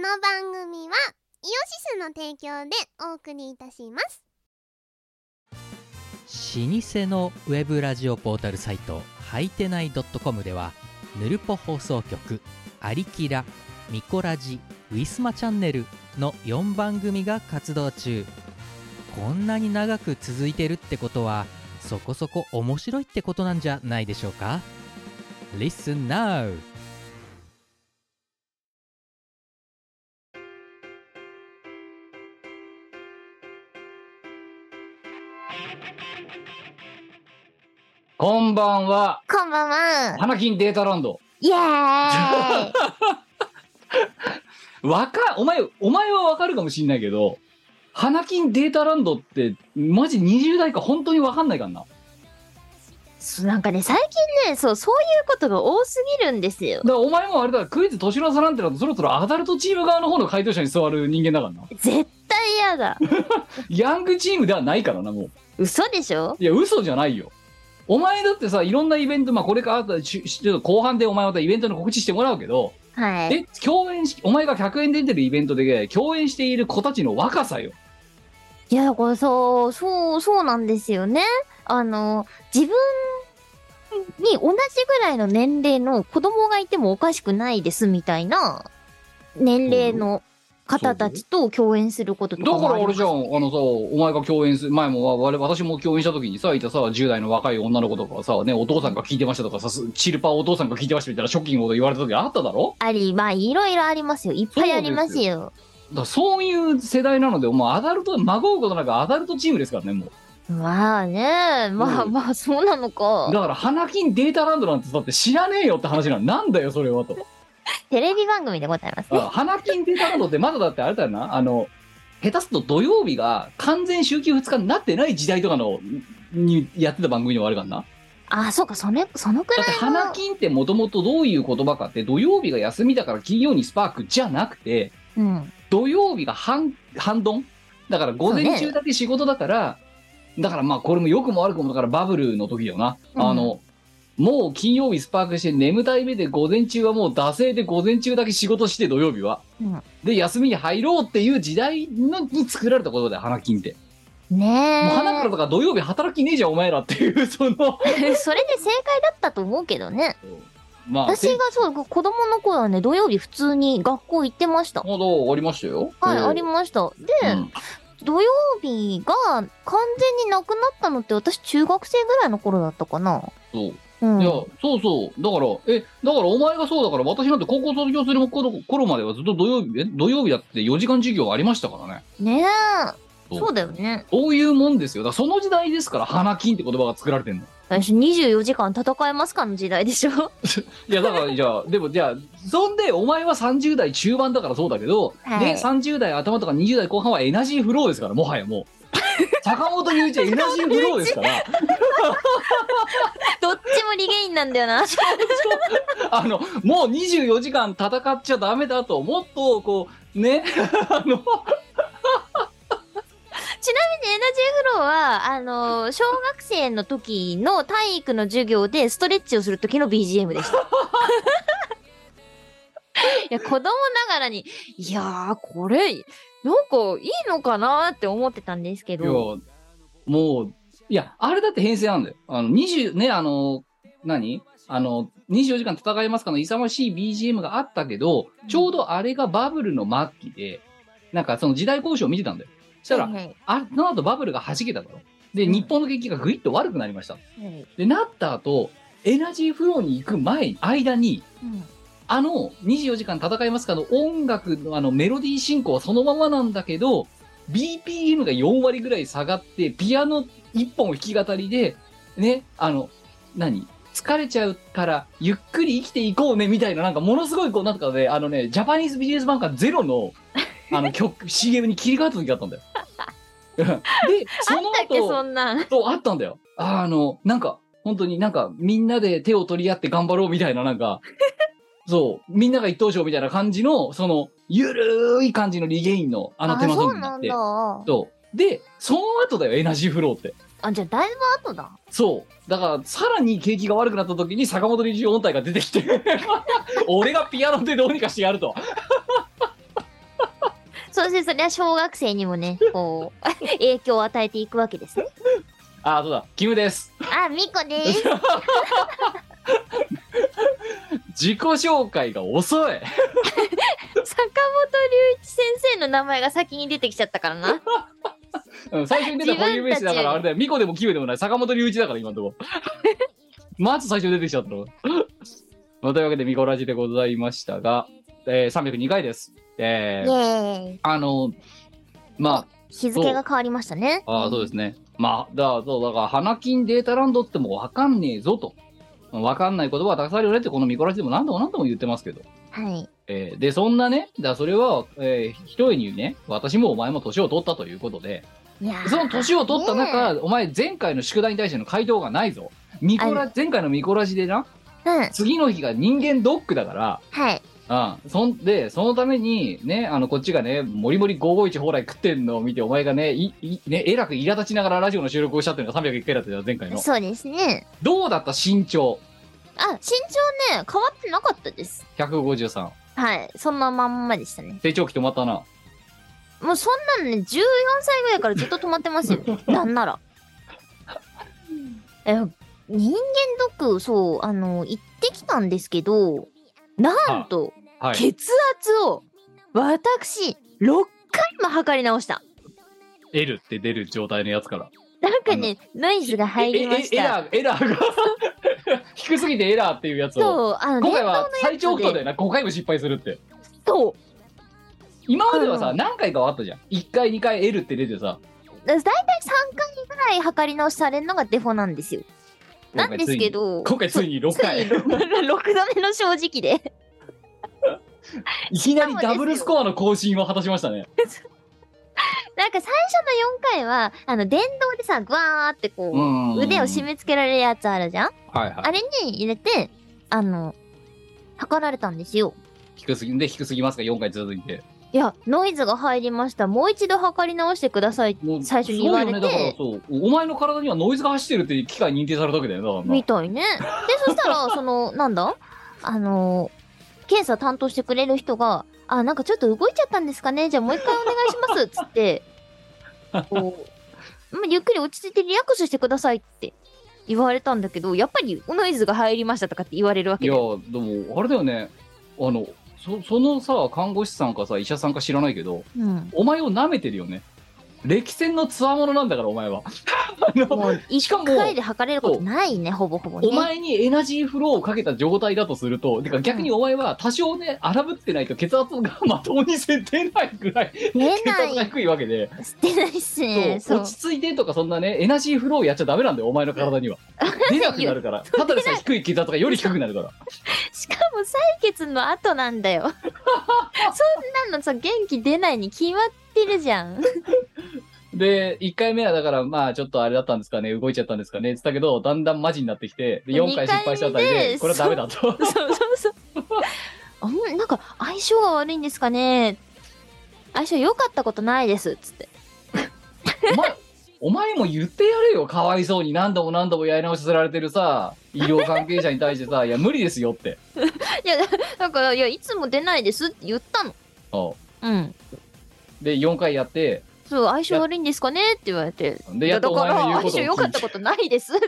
の番組はイオシスの提供でお送りいたします。 老舗のウェブラジオポータルサイトはいてない .com ではぬるぽ放送局、アリキラ、ミコラジ、ウィスマチャンネルの4番組が活動中。こんなに長く続いてるってことはそこそこ面白いってことなんじゃないでしょうか。 Listen now。 こんばんは。 こんばんは。 花金データランド。 イエーイお前はわかるかもしんないけど、花金データランドってマジ20代か本当にわかんないかんな。 なんかね、最近ね、そういうことが多すぎるんですよ。 だからお前もあれだ、クイズ年の差なんてなるとそろそろアダルトチーム側の方の回答者に座る人間だからな。 絶対嫌だ。 ヤングチームではないからな、もう。 嘘でしょ？ いや、嘘じゃないよ。お前だってさ、いろんなイベント、まあこれから後半でお前またイベントの告知してもらうけど、 はい。 お前が100円で出てるイベントで共演している子たちの若さよ。 いや、これそうなんですよね。自分に同じぐらいの年齢の子供がいてもおかしくないですみたいな年齢の方たちと共演することとかだもあります。 からあれじゃん、お前が共演する前も私も共演した時にさ、いたさ10代の若い女の子とかさ、ね、お父さんが聞いてましたとかさ、チルパーお父さんが聞いてましたみたいなショッキングなこと言われた時あっただろ。 まあいろいろありますよ。いっぱいありますよ。 だからそういう世代なので、もうアダルト、まごうことなくアダルトチームですからね、もう。 まあね、まあそうなのか。 だから花金データランドなんてだって知らねえよって話なんだよそれはと。 テレビ番組でございますね。 花金データランドってまだだってあれだよな、下手すると土曜日が完全週休2日になってない時代とかのにやってた番組でもあるからな。 あ、そうか、そのくらいの。 だって花金ってもともとどういう言葉かって、土曜日が休みだから金曜にスパークじゃなくて、 うん。 土曜日が半ドンだから午前中だけ仕事だから、だからまあこれも良くも悪くもだからバブルの時よな、もう金曜日スパークして眠たい目で午前中はもう惰性で午前中だけ仕事して土曜日は、で休みに入ろうっていう時代に作られたことだよ花金って。 ねえ。 もう花からとか土曜日働きねえじゃんお前らっていうそのそれで正解だったと思うけどね。 まあ私が子供の頃はね、土曜日普通に学校行ってました。 ありましたよ。 はい、ありました。で、土曜日が完全になくなったのって私中学生ぐらいの頃だったかな。 そう。いや、そう。だからお前がそうだから、私なんて高校卒業する頃まではずっと土曜日だって4時間授業ありましたからね。 ねえ。そうだよね。 そういうもんですよ。だからその時代ですから、花金って言葉が作られてんの。 私24時間戦えますかの時代でしょ。 いや、だからじゃあ、そんで、お前は30代中盤だからそうだけど、ね、30代頭とか20代後半はエナジーフローですから、もはやもう。坂本龍一はエナジーフローですから。 どっちもリゲインなんだよな。 もう24時間戦っちゃダメだと、もっとこう、ね、 ちなみにエナジーフローは、小学生の時の体育の授業でストレッチをする時の BGM でした。いや、子供ながらに、いやー、これ、なんかいいのかなーって思ってたんですけど。 いや、もう、いや、あれだって編成なんだよ。24時間戦いますかの勇ましい BGM があったけど、ちょうどあれがバブルの末期で、なんかその時代交渉を見てたんだよ。そしたら、その後バブルが弾けただろ。で、日本の景気がぐいっと悪くなりました。で、なった後、エナジーフローに行く間に、24時間戦いますかの音楽のメロディー進行はそのままなんだけど、BPM が4割ぐらい下がって、ピアノ1本弾き語りで、ね、疲れちゃうからゆっくり生きていこうねみたいな、なんかものすごいこうなんかね、ジャパニーズビジネスバンカーゼロの曲 CM に切り替わった時があったんだよ。で、その後、 あったっけそんなん。 そうあったんだよ。なんか本当になんかみんなで手を取り合って頑張ろうみたいな、なんかそうみんなが一等賞みたいな感じのそのゆるい感じのリゲインのテーマソングになって、そうでその後だよエナジーフローって。 じゃあだいぶ後だ。 そうだからさらに景気が悪くなった時に坂本龍一音体が出てきて俺がピアノでどうにかしてやるとそしてそれは小学生にもね、こう、影響を与えていくわけですね。 あ、そうだ、キムです。 あ、ミコです。 自己紹介が遅い。 坂本龍一先生の名前が先に出てきちゃったからな。 最初に出た固有名詞だからあれだよ。ミコでもキムでもない。坂本龍一だから今のとこ。まず最初に出てきちゃったの。というわけでミコラジでございましたが、302回です。 イエーイ。 まあ、 日付が変わりましたね。 そうですね。まあ、だから花金データランドってもわかんねえぞと。わかんない言葉はたくさんあるよねってこのミコラジでも何度も言ってますけど。 はい。 で、そんなね、それは、ひとえにね、私もお前も年を取ったということで、その年を取った中、お前前回の宿題に対しての回答がないぞ。前回のミコラジでな、次の日が人間ドックだから、 はい。 そのためにね、こっちがね、もりもり551蓬莱食ってんのを見て、お前がね、えらく苛立ちながらラジオの収録をしたっていうのが301回だったじゃん、前回の。 そうですね。 どうだった身長？ 身長ね、変わってなかったです。 153。 はい。そんなまんまでしたね。 成長期止まったな。 もうそんなのね、14歳ぐらいからずっと止まってますよ。なんなら。人間ドック、そう、行ってきたんですけど、なんと、血圧を、私、6回も測り直した。 L って出る状態のやつから。 なんかね、ノイズが入りました。 エラーが低すぎてエラーっていうやつを。 そう、 今回は最長不倒だよな、5回も失敗するって。 そう。 今まではさ、何回かはあったじゃん。1回、2回 L って出てさ。 だいたい3回ぐらい測り直しされるのがデフォなんですよ。なんですけど、 今回ついに6回。 6度目の正直で。 いきなりダブルスコアの更新を果たしましたね。 なんか最初の4回は、電動でさ、グワーってこう、腕を締め付けられるやつあるじゃん？ はいはい。 あれに入れて、測られたんですよ。 低すぎますか、4回続いて。 いや、ノイズが入りました。もう一度測り直してくださいって最初に言われて。 そうよね、だからそう。お前の体にはノイズが走ってるって機械認定されたわけだよ、だからな。 みたいね。で、そしたら、なんだ検査担当してくれる人が、なんかちょっと動いちゃったんですかね。じゃあもう一回お願いします。つって、こう、ゆっくり落ち着いてリラックスしてくださいって言われたんだけど、やっぱりノイズが入りましたとかって言われるわけで。 いや、でも、あれだよね。そのさ、看護師さんかさ、医者さんか知らないけど、お前を舐めてるよね。歴戦のつわものなんだから、お前は。 もう一回で測れることないね、ほぼほぼね。 お前にエナジーフローをかけた状態だとすると、てか逆にお前は多少ね、荒ぶってないと血圧がまともに出ないぐらい血圧が低いわけで。 出ないっすね。 そう、落ち着いてとかそんなね、エナジーフローやっちゃダメなんだよ、お前の体には。出なくなるから。ただでさえ低い血圧がより低くなるから。 しかも採血の後なんだよ。そんなのさ、元気出ないに決まってるじゃん。 で、1回目はだから、まあちょっとあれだったんですかね、動いちゃったんですかね、つったけど、だんだんマジになってきて、で4回失敗したあたりで、これはダメだと。そう。 なんか、相性が悪いんですかね。相性良かったことないです、つって。 お前も言ってやれよ、かわいそうに何度もやり直しされてるさ、医療関係者に対してさ、いや、無理ですよって。 いや、だから、いや、いつも出ないですって言ったの。で、 4回やって、 そう、相性悪いんですかねって言われて。 で、やっとお前の言うことを聞いて。 相性良かったことないです。ちょ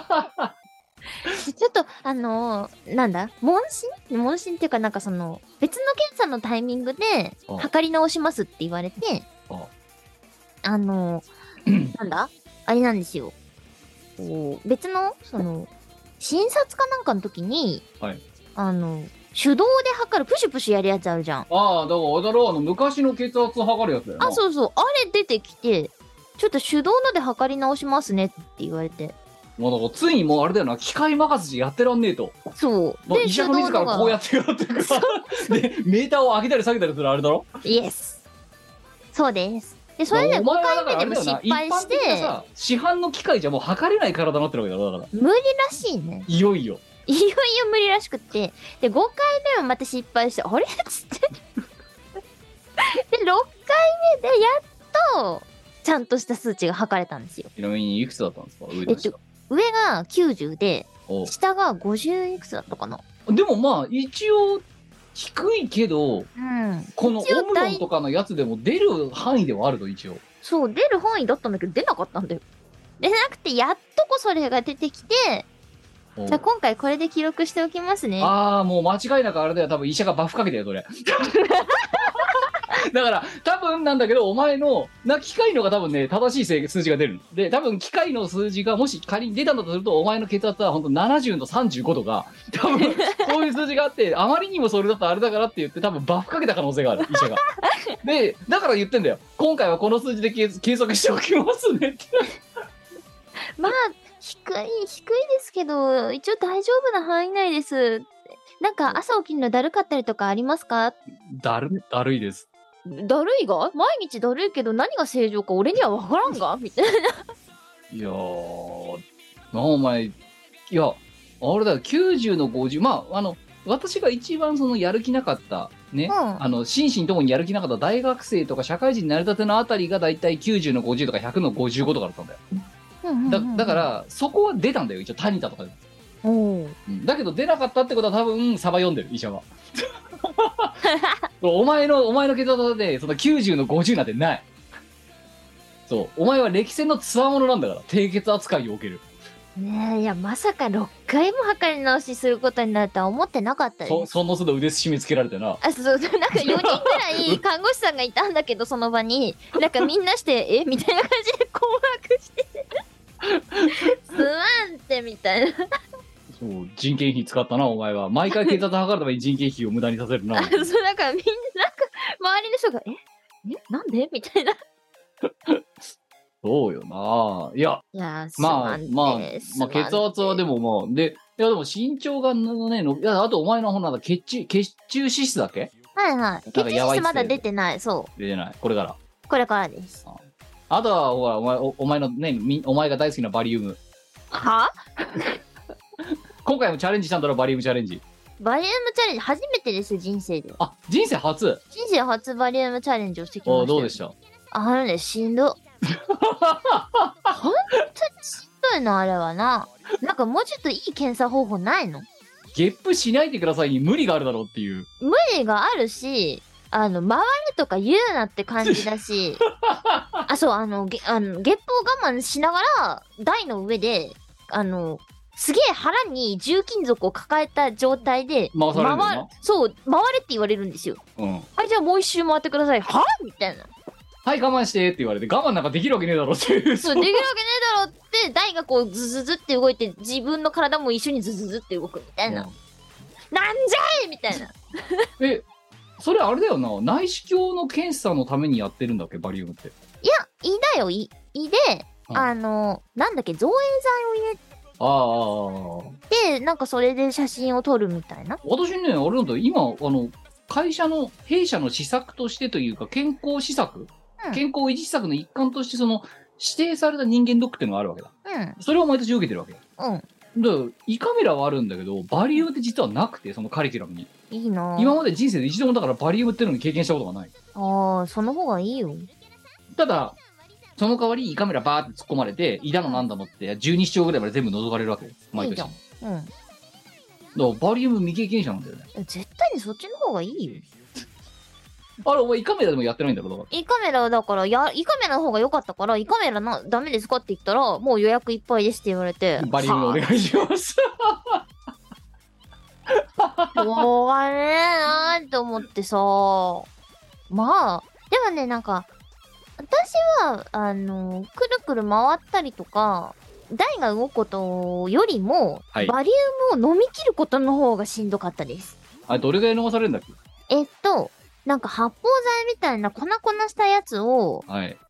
っと、なんだ問診っていうか、なんか別の検査のタイミングで、測り直しますって言われて、なんだあれなんですよ。別の、診察かなんかの時に、手動で測る、プシュプシュやるやつあるじゃん。 だから昔の血圧測るやつだよな。 そうそう、あれ出てきて、ちょっと手動ので測り直しますねって言われて。 もうだからついにもうあれだよな、機械任せでやってらんねえと。 そう。 で、医者が自らこうやってやってるから、で、メーターを上げたり下げたりするあれだろ？ イエス。そうです。で、それで5回目でも失敗して、 市販の機械じゃもう測れない体になってるわけだろ、だから。 無理らしいね。 いよいよ無理らしくって、で、5回目はまた失敗して、あれっつって。で、6回目でやっと、ちゃんとした数値が測れたんですよ。 ちなみにいくつだったんですか？ 上が90で、下が50いくつだったかな。 でもまあ、一応、 低いけど、 うん。 このオ一応ムロンとかのやつでも出る範囲ではあると、一応。 そう、出る範囲だったんだけど、出なかったんだよ。出なくて、やっとこそれが出てきて、 おうじゃあ今回これで記録しておきますね。 ああ、もう間違いなくあれだよ。多分医者がバフかけたよ、それ。だから、多分なんだけど、お前の、機械のが多分ね、正しい数字が出るの。で、多分機械の数字がもし仮に出たんだとすると、お前の血圧は本当70の35とか、多分、そういう数字があって、あまりにもそれだとあれだからって言って、多分バフかけた可能性がある、医者が。で、だから言ってんだよ。今回はこの数字で計測しておきますねって。 まあ、低いですけど、一応大丈夫な範囲内です。なんか朝起きるのだるかったりとかありますか？ だるいです。 だるいが？毎日だるいけど何が正常か俺には分からんがみたいな。 いやー、お前、いや、あれだよ、90の50、まあ、私が一番そのやる気なかった、ね、心身ともにやる気なかった大学生とか社会人になりたてのあたりがだいたい90の50とか100の55とかだったんだよ。だから、そこは出たんだよ、一応、タニタとかで。だけど出なかったってことは多分、サバ読んでる、医者は。お前の血圧で、その90の50なんてない。そう、お前は歴戦のつわものなんだから、低血扱いを受ける。 ねえ、いや、まさか6回も測り直しすることになるとは思ってなかったです。 その都度腕締め付けられてな。 あ、そう、なんか4人ぐらい看護師さんがいたんだけど、その場に、なんかみんなして、みたいな感じで困惑してて。すまんって、みたいな。 そう、人件費使ったな、お前は。毎回血圧測るために人件費を無駄にさせるな。 そう、だからみんな、なんか、周りの人が、なんでみたいな。 そうよな。いや、まあ、血圧はでもでも身長がね、いや、あとお前の方なんだ、血中脂質だっけ？ はいはい。血中脂質まだ出てない、そう。 出てない。これから。 これからです。 あとは、ほら、お前のね、お前が大好きなバリウム。 は？ 今回もチャレンジしたんだろ、バリウムチャレンジ。 バリウムチャレンジ初めてです、人生で。 あ、人生初バリウムチャレンジをしてきました。 どうでした？ しんど。本当にしんどいの、あれはな。なんかもうちょっといい検査方法ないの？ ゲップしないでくださいに無理があるだろうっていう。 無理があるし、回るとか言うなって感じだし、そう、ゲップを我慢しながら、台の上で、すげえ腹に重金属を抱えた状態で、 回されるんだよな。 そう、回れって言われるんですよ。はい、じゃあもう一周回ってください。は？みたいな。 はい、我慢してって言われて、我慢なんかできるわけねえだろっていう。 そう、できるわけねえだろって、台がこう、ズズズって動いて、自分の体も一緒にズズズって動くみたいな。なんじゃいみたいな。 それあれだよな、内視鏡の検査のためにやってるんだっけ、バリウムって。 いや、胃だよ、胃で、なんだっけ、造影剤を入れて、なんかそれで写真を撮るみたいな。 私ね、あれなんだよ、今、弊社の施策としてというか、健康施策、健康維持施策の一環として、その、指定された人間ドックっていうのがあるわけだ。それを毎年受けてるわけ。だから胃カメラはあるんだけど、バリウムって実はなくて、そのカリキュラムに。 いいな。 今まで人生で一度もだからバリウムっていうのに経験したことがない。 その方がいいよ。 ただ、その代わり胃カメラバーって突っ込まれて、胃だのなんだのって12指腸ぐらいまで全部覗かれるわけよ。毎年。いいじゃん。だからバリウム未経験者なんだよね。 絶対にそっちの方がいいよ。 あれ、お前胃カメラでもやってないんだろ、だから。 胃カメラだから、胃カメラの方が良かったから、胃カメラダメですかって言ったら、もう予約いっぱいですって言われて。 バリウムお願いします。 しょうがねえなーって思ってさ。まあ、でもね、なんか、私は、くるくる回ったりとか、台が動くことよりも、バリウムを飲み切ることの方がしんどかったです。 あれ、どれぐらい飲まされるんだっけ？ なんか発泡剤みたいな粉々したやつを、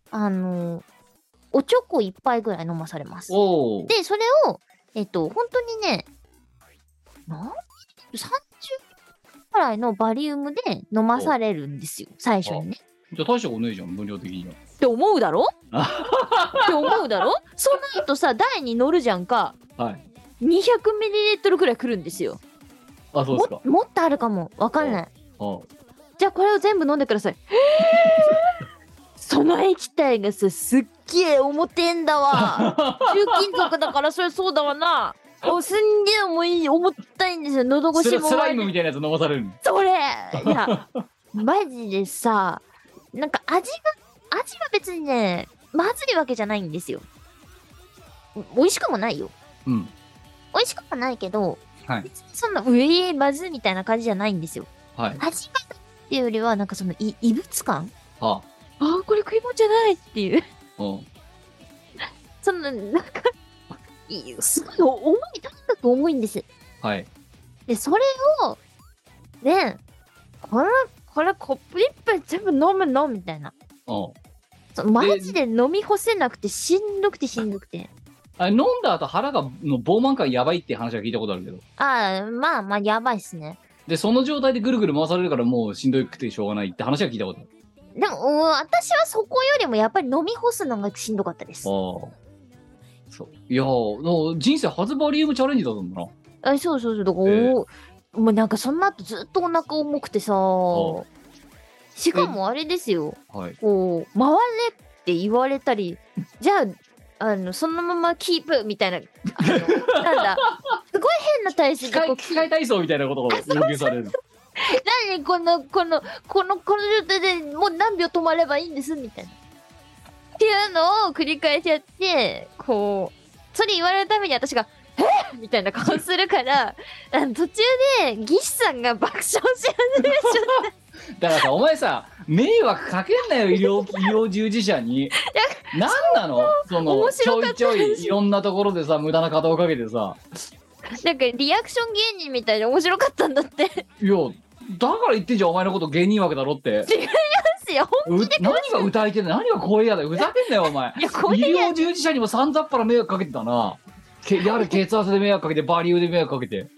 おちょこ一杯ぐらい飲まされます。で、それを、本当にね、30くらいのバリウムで飲まされるんですよ、最初にね。 じゃあ大したことねえじゃん、分量的には。 って思うだろって思うだろその後さ、台に乗るじゃんか。200ml くらい来るんですよ。 あ、そうですか。 もっとあるかも。わかんない。じゃあこれを全部飲んでください。その液体がさ、すっげえ重てんだわ。重金属だからそれそうだわな。 すんげえ重たいんですよ。喉越しも。 スライムみたいなやつ飲まされる。 それいや、マジでさ、なんか味は別にね、まずいわけじゃないんですよ。美味しくもないよ。 うん。 美味しくもないけど、 はい。 別にそんな、まずいみたいな感じじゃないんですよ。 はい。 味がっていうよりは、なんかその異物感はこれ食い物じゃないっていう。 あ。うん。 その、なんか、すごい重い、とにかく重いんです。 はい。 で、それを、ね、これコップ一杯全部飲むのみたいな。マジで飲み干せなくてしんどくて。 あ、飲んだ後腹の膨満感やばいって話は聞いたことあるけど。 まあ、やばいっすね。 で、その状態でぐるぐる回されるからもうしんどくてしょうがないって話は聞いたことある。 でも、私はそこよりもやっぱり飲み干すのがしんどかったです。 そう。いや人生初バリウムチャレンジだったんだな。 そう。だから、もうなんかその後ずっとお腹重くてさ、しかもあれですよ。 はい。 こう、回れって言われたり、じゃあ、そのままキープみたいな、なんだ、すごい変な体勢で機械体操みたいなことを要求される。 何この状態でもう何秒止まればいいんですみたいな。っていうのを繰り返しやって、こう、それ言われるために私が、みたいな顔するから、途中で技師さんが爆笑し始めちゃった。 だからさ、お前さ、迷惑かけんなよ、医療従事者に。なんなのその、ちょいちょいいろんなところでさ、無駄な稼働をかけてさ。 なんかリアクション芸人みたいで面白かったんだって。 いや、だから言ってんじゃん、お前のこと芸人枠だろって。 違いますよ、本気で。 何が歌いてんの、何が声やだよ、ふざけんなよ、お前。医療従事者にもさんざっぱら迷惑かけてたな。やる血圧で迷惑かけて、バリウで迷惑かけて。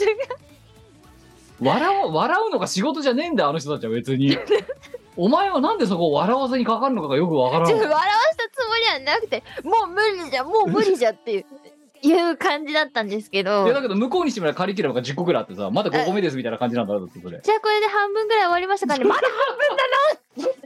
笑うのが仕事じゃねえんだよ、あの人たちは別に。お前はなんでそこを笑わせにかかるのかがよくわからん。 笑わしたつもりはなくて、もう無理じゃっていう感じだったんですけど。 いやだけど向こうにしてみればカリキュラムが10個ぐらいあってさ、まだ5個目ですみたいな感じなんだろうってそれ。 じゃあこれで半分ぐらい終わりましたからね。まだ半分だ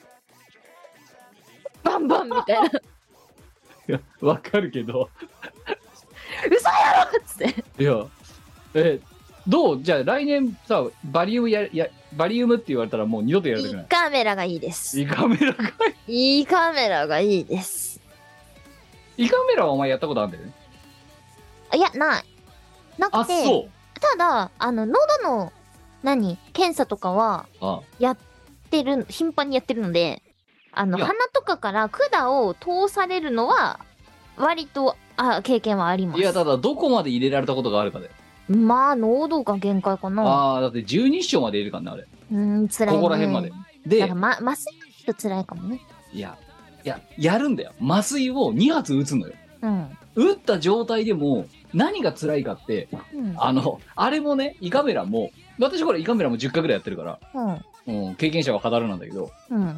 なバンバンみたいな。 いや、わかるけど。 嘘やろっつって。 いや、どうじゃあ来年さ、バリウムって言われたらもう二度とやるときない。 いいカメラがいいです。 いいカメラがいいカメラがいいです。 いいカメラはお前やったことあるんだよね。 いや、なくて。 そう。 ただ、喉の、検査とかは、やってる、頻繁にやってるので、鼻とかから管を通されるのは、割と、経験はあります。 いや、ただ、どこまで入れられたことがあるかで。 まあ、喉が限界かな。 だって12章まで入れるからね、あれ。 辛いね。 ここら辺まで。で、 麻酔と辛いかもね。 いや、やるんだよ。麻酔を2発打つのよ。打った状態でも、何が辛いかって、あれもね、胃カメラも、私これ胃カメラも10回ぐらいやってるから、経験者は語るなんだけど、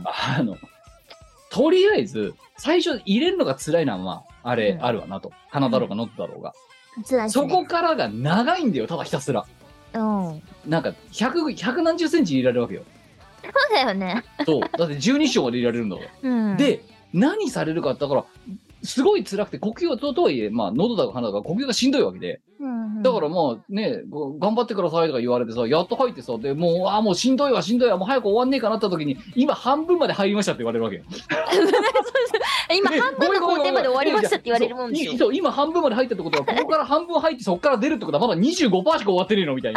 とりあえず、最初入れるのが辛いのは、まあ、あれ、あるわなと。鼻だろうが喉だろうが。 辛い。 そこからが長いんだよ、ただひたすら。なんか、百何十センチ入れられるわけよ。 そうだよね。 そう。だって12章まで入れられるんだから。で、何されるかって、だから、すごい辛くて、呼吸とはいえ、まあ、喉だか鼻だか呼吸がしんどいわけで。だからまあね、頑張ってくださいとか言われてさ、やっと入ってさ、で、もう、もうしんどいわ、もう早く終わんねえかなって時に、今半分まで入りましたって言われるわけよ。 今半分の工程まで終わりましたって言われるもんですよ。 そう、今半分まで入ったってことは、ここから半分入ってそこから出るってことはまだ 25% しか終わってねえのみたいな。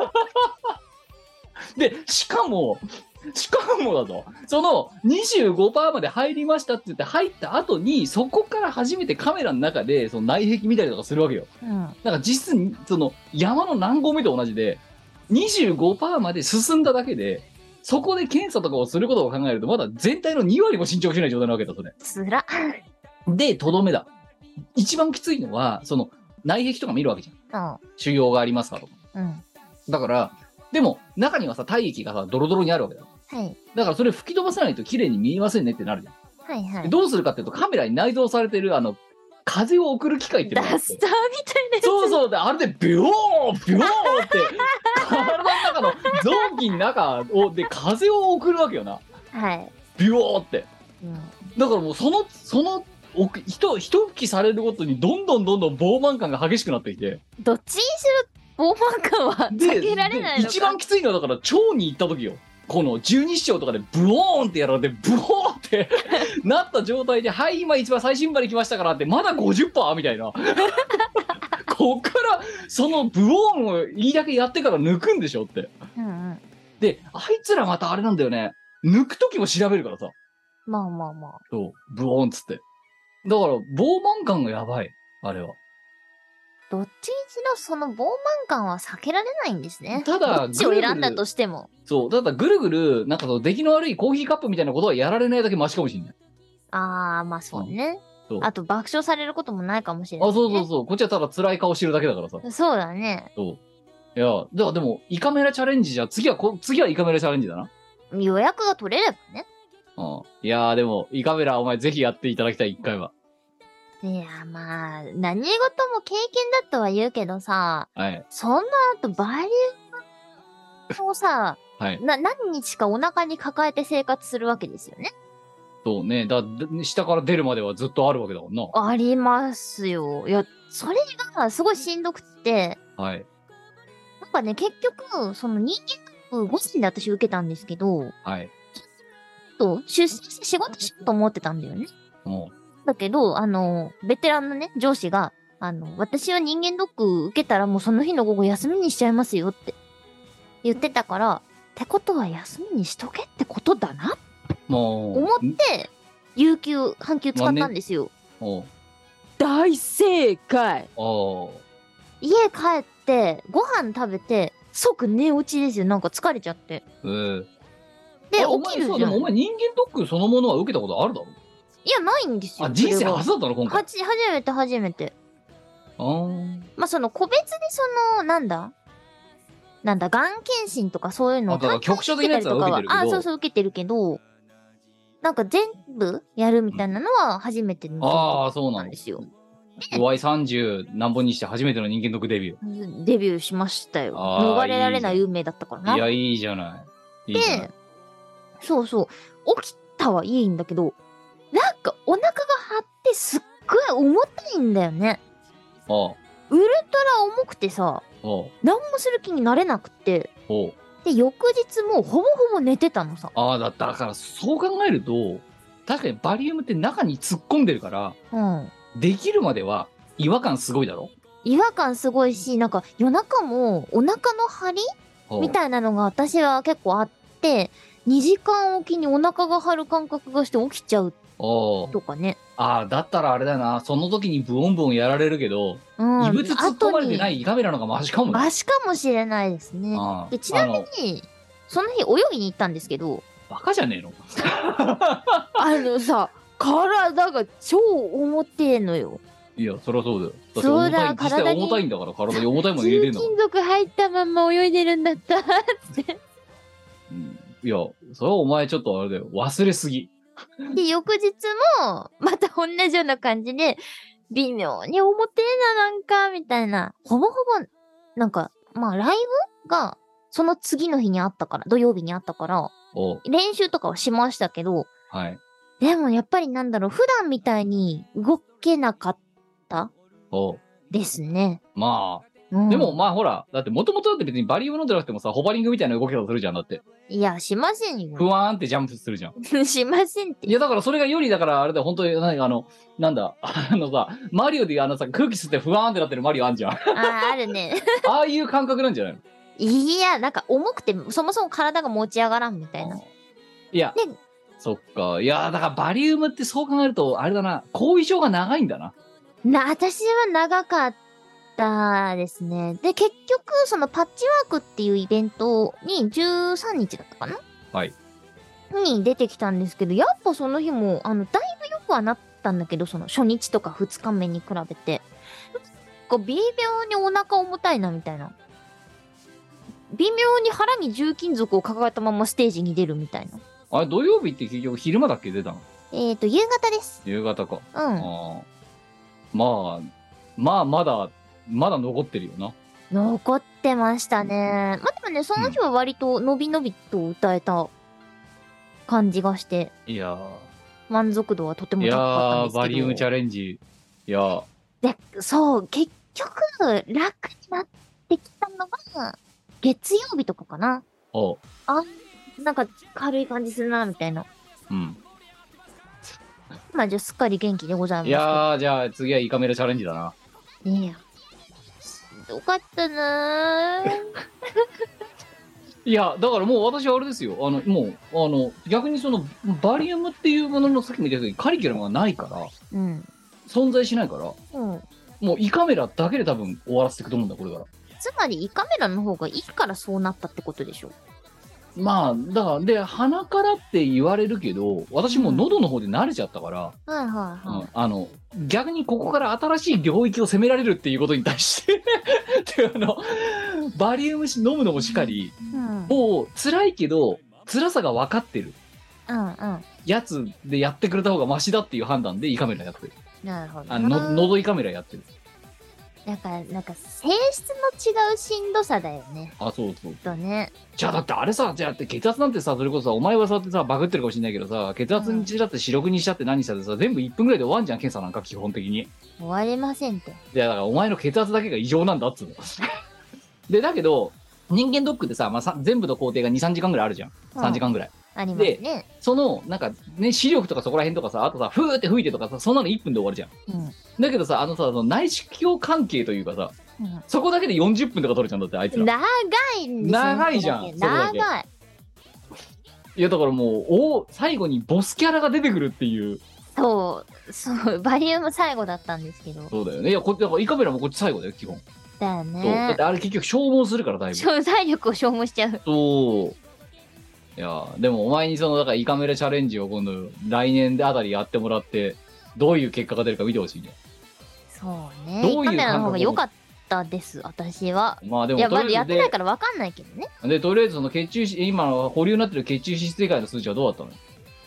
で、しかもだぞ、その 25% まで入りましたって言って入った後に、そこから初めてカメラの中でその内壁見たりとかするわけよ。だから実質にその山の何合目と同じで 25% まで進んだだけで、そこで検査とかをすることを考えるとまだ全体の2割も進捗しない状態なわけだ、それ。 つら。 で、とどめだ。一番きついのはその内壁とか見るわけじゃん。腫瘍がありますかとか。だからでも中にはさ、体液がさドロドロにあるわけだ。だからそれ吹き飛ばさないと綺麗に見えませんねってなるじゃん。どうするかっていうと、カメラに内蔵されてる風を送る機械っていうのがあって、 ダスターみたいなやつ。 そうで、あれでビョーって体の中の臓器の中で風を送るわけよな。ビョーって。だからもうその一吹きされるごとにどんどん膨満感が激しくなってきて。 どっちにしろ、膨満感は避けられないのか。 一番きついのはだから、腸に行った時よ。この十二指腸とかでブオーンってやられて、ブオーンってなった状態で、はい、今一番最新まで来ましたからって、まだ 50% みたいな。こっから、そのブオーンをいいだけやってから抜くんでしょって。 うんうん。 で、あいつらまたあれなんだよね。抜く時も調べるからさ。 まあまあまあ。 そう、ブオーンっつって。だから、膨満感がやばい。あれは。 どっちにしろその膨満感は避けられないんですね。 ただ、 どっちを選んだとしても。 そう、ただぐるぐる、なんかその出来の悪いコーヒーカップみたいなことはやられないだけマシかもしれない。 あー、まあそうね。 そうあと爆笑されることもないかもしれない、 あ、そうそうそう。こっちはただ辛い顔してるだけだからさ。 そうだね。 そう。いや、だからでも、胃カメラチャレンジじゃ、次は胃カメラチャレンジだな。 予約が取れればね。 うん。いやでも、胃カメラお前ぜひやっていただきたい、一回は。 いや、まあ、何事も経験だとは言うけどさ、 はい。 そんな後バリウムをさ、 はい。 何日かお腹に抱えて生活するわけですよね。 そうね。下から出るまではずっとあるわけだもんな。 ありますよ。いや、それがすごいしんどくって、 はい。 なんかね、結局、その人間ドック5時で私受けたんですけど、 はい。 出社して仕事しようと思ってたんだよね。だけど、ベテランのね、上司が、私は人間ドック受けたらもうその日の午後休みにしちゃいますよって言ってたから、ってことは休みにしとけってことだなもう。 思って、半休使ったんですよ。大正解。家帰って、ご飯食べて、即寝落ちですよ。なんか疲れちゃって。で、起きるじゃん。 でもお前人間ドックそのものは受けたことあるだろ？ いや、ないんですよ。 あ、人生初だったの今回。 初めて。まあ、その個別でなんだ、がん検診とかそういうのをだから局所的なやつは受けてるけど。 そう受けてるけど、なんか全部やるみたいなのは初めてのそうなんですよ。 Y30 何本にして初めての人間ドックデビュー。 デビューしましたよ。逃れられない運命だったからな。 いや、いいじゃない。 で、そうそう。起きたはいいんだけど、なんかお腹が張ってすっごい重たいんだよね。ウルトラ重くてさ、何もする気になれなくて、で、翌日もほぼほぼ寝てたのさ。 だからそう考えると、確かにバリウムって中に突っ込んでるから、できるまでは違和感すごいだろ？ 違和感すごいし、なんか夜中もお腹の張りみたいなのが私は結構あって、2時間おきにお腹が張る感覚がして起きちゃうとかね。 だったらあれだな、その時にブオンブオンやられるけど、異物突っ込まれてない胃カメラの方がマシかもね。 マシかもしれないですね。でちなみに、その日泳ぎに行ったんですけど。 バカじゃねえの？ さ、体が超重てえのよ。 いや、そりゃそうだよ。そうだ、実際重たいんだから、体に重たいもの入れてんだから。 金属入ったまんま泳いでるんだったって。 いや、それはお前ちょっとあれだよ。忘れすぎ。 で、翌日も、また同じような感じで、微妙に重てえな、なんか、みたいな。ほぼほぼ、なんか、まあ、ライブが、その次の日にあったから、土曜日にあったから、練習とかはしましたけど、でもやっぱりなんだろう、普段みたいに動けなかったですね。 まあ、でもまあほら、だってもともとだって別にバリウム飲んでなくてもさ、ホバリングみたいな動き方するじゃん、だって。 いや、しませんよ。 ふわーんってジャンプするじゃん。しませんって。 いや、だからそれがよりだからあれだよ、本当に、なんだ、さ、マリオでさ、空気吸ってふわーんってなってるマリオあんじゃん。 あるね。 ああいう感覚なんじゃないの？ いや、なんか重くて、そもそも体が持ち上がらんみたいな。 いや、そっか。いや、だからバリウムってそう考えると、あれだな、後遺症が長いんだな。 私は長かったですね。で、結局、そのパッチワークっていうイベントに13日だったかな？に出てきたんですけど、やっぱその日も、だいぶ良くはなったんだけど、その初日とか2日目に比べて。微妙にお腹重たいな、みたいな。微妙に腹に重金属を抱えたままステージに出るみたいな。 あれ、土曜日って結局昼間だっけ出たの？ 夕方です。 夕方か。まあ、まだ残ってるよな。 残ってましたね。まあでもね、その日は割とのびのびと歌えた感じがして。 いや満足度はとてもいや高かったんですけど。 バリウムチャレンジ。いやで、そう、結局、楽になってきたのが、月曜日とかかな。 おあ、なんか軽い感じするな、みたいな。 うん。 まあ、じゃあすっかり元気でございます。 いやー、じゃあ次はイカメラチャレンジだな。 いや。よかったなぁ。 いや、だからもう私はあれですよ。逆にその、バリウムっていうもののさっきも言ったようにカリキュラムがないから、 うん。 存在しないから、 うん。 もうイカメラだけで多分終わらせていくと思うんだ、これから。 つまり、胃カメラの方がいいからそうなったってことでしょ。 まあ、だから、で、鼻からって言われるけど、私もう喉の方で慣れちゃったから、 はいはいはい。 逆にここから新しい領域を攻められるっていうことに対してでバリウム飲むのもしかり、 うん。 もう辛いけど、辛さが分かってるうんうん。 やつでやってくれた方がマシだっていう判断で胃カメラやってる。 なるほどな。 喉胃カメラやってる。 なんか、性質の違うしんどさだよね。 あ、そうそう。 とね。 じゃあだってあれさ、じゃあって血圧なんてさ、それこそさ、お前はそうやってさ、バグってるかもしれないけどさ、血圧にしたって視力にしたって何したってさ、全部1分ぐらいで終わんじゃん、検査なんか基本的に。 終われませんって。 で、だからお前の血圧だけが異常なんだっつうの。で、だけど、人間ドックってさ、全部の工程が2、3時間ぐらいあるじゃん。3時間ぐらい。 ありますね。 その、なんか、ね、視力とかそこら辺とかさ、あとさ、ふーって吹いてとかさ、そんなの1分で終わるじゃん。だけどさ、その内視鏡関係というかさ、そこだけで40分とか取れちゃうんだって、あいつら。 長いんですよ。 長いじゃん。 長い。 いや、だからもう、最後にボスキャラが出てくるっていう。 そう、バリウム最後だったんですけど。 そうだよね。いや、だから胃カメラもこっち最後だよ、基本。 だよそう。だねっ。てあれ結局消耗するから、だいぶ。 体力を消耗しちゃう。 そう。いや、でもお前にだから胃カメラチャレンジを今度、来年であたりやってもらって、どういう結果が出るか見てほしいね。 そうね。 どういう胃カメラの方が良かったです、私は。 まあでも、 いや、まだやってないから分かんないけどね。 で、とりあえずその血中今の保留になってる血中脂質以外の数値はどうだったの？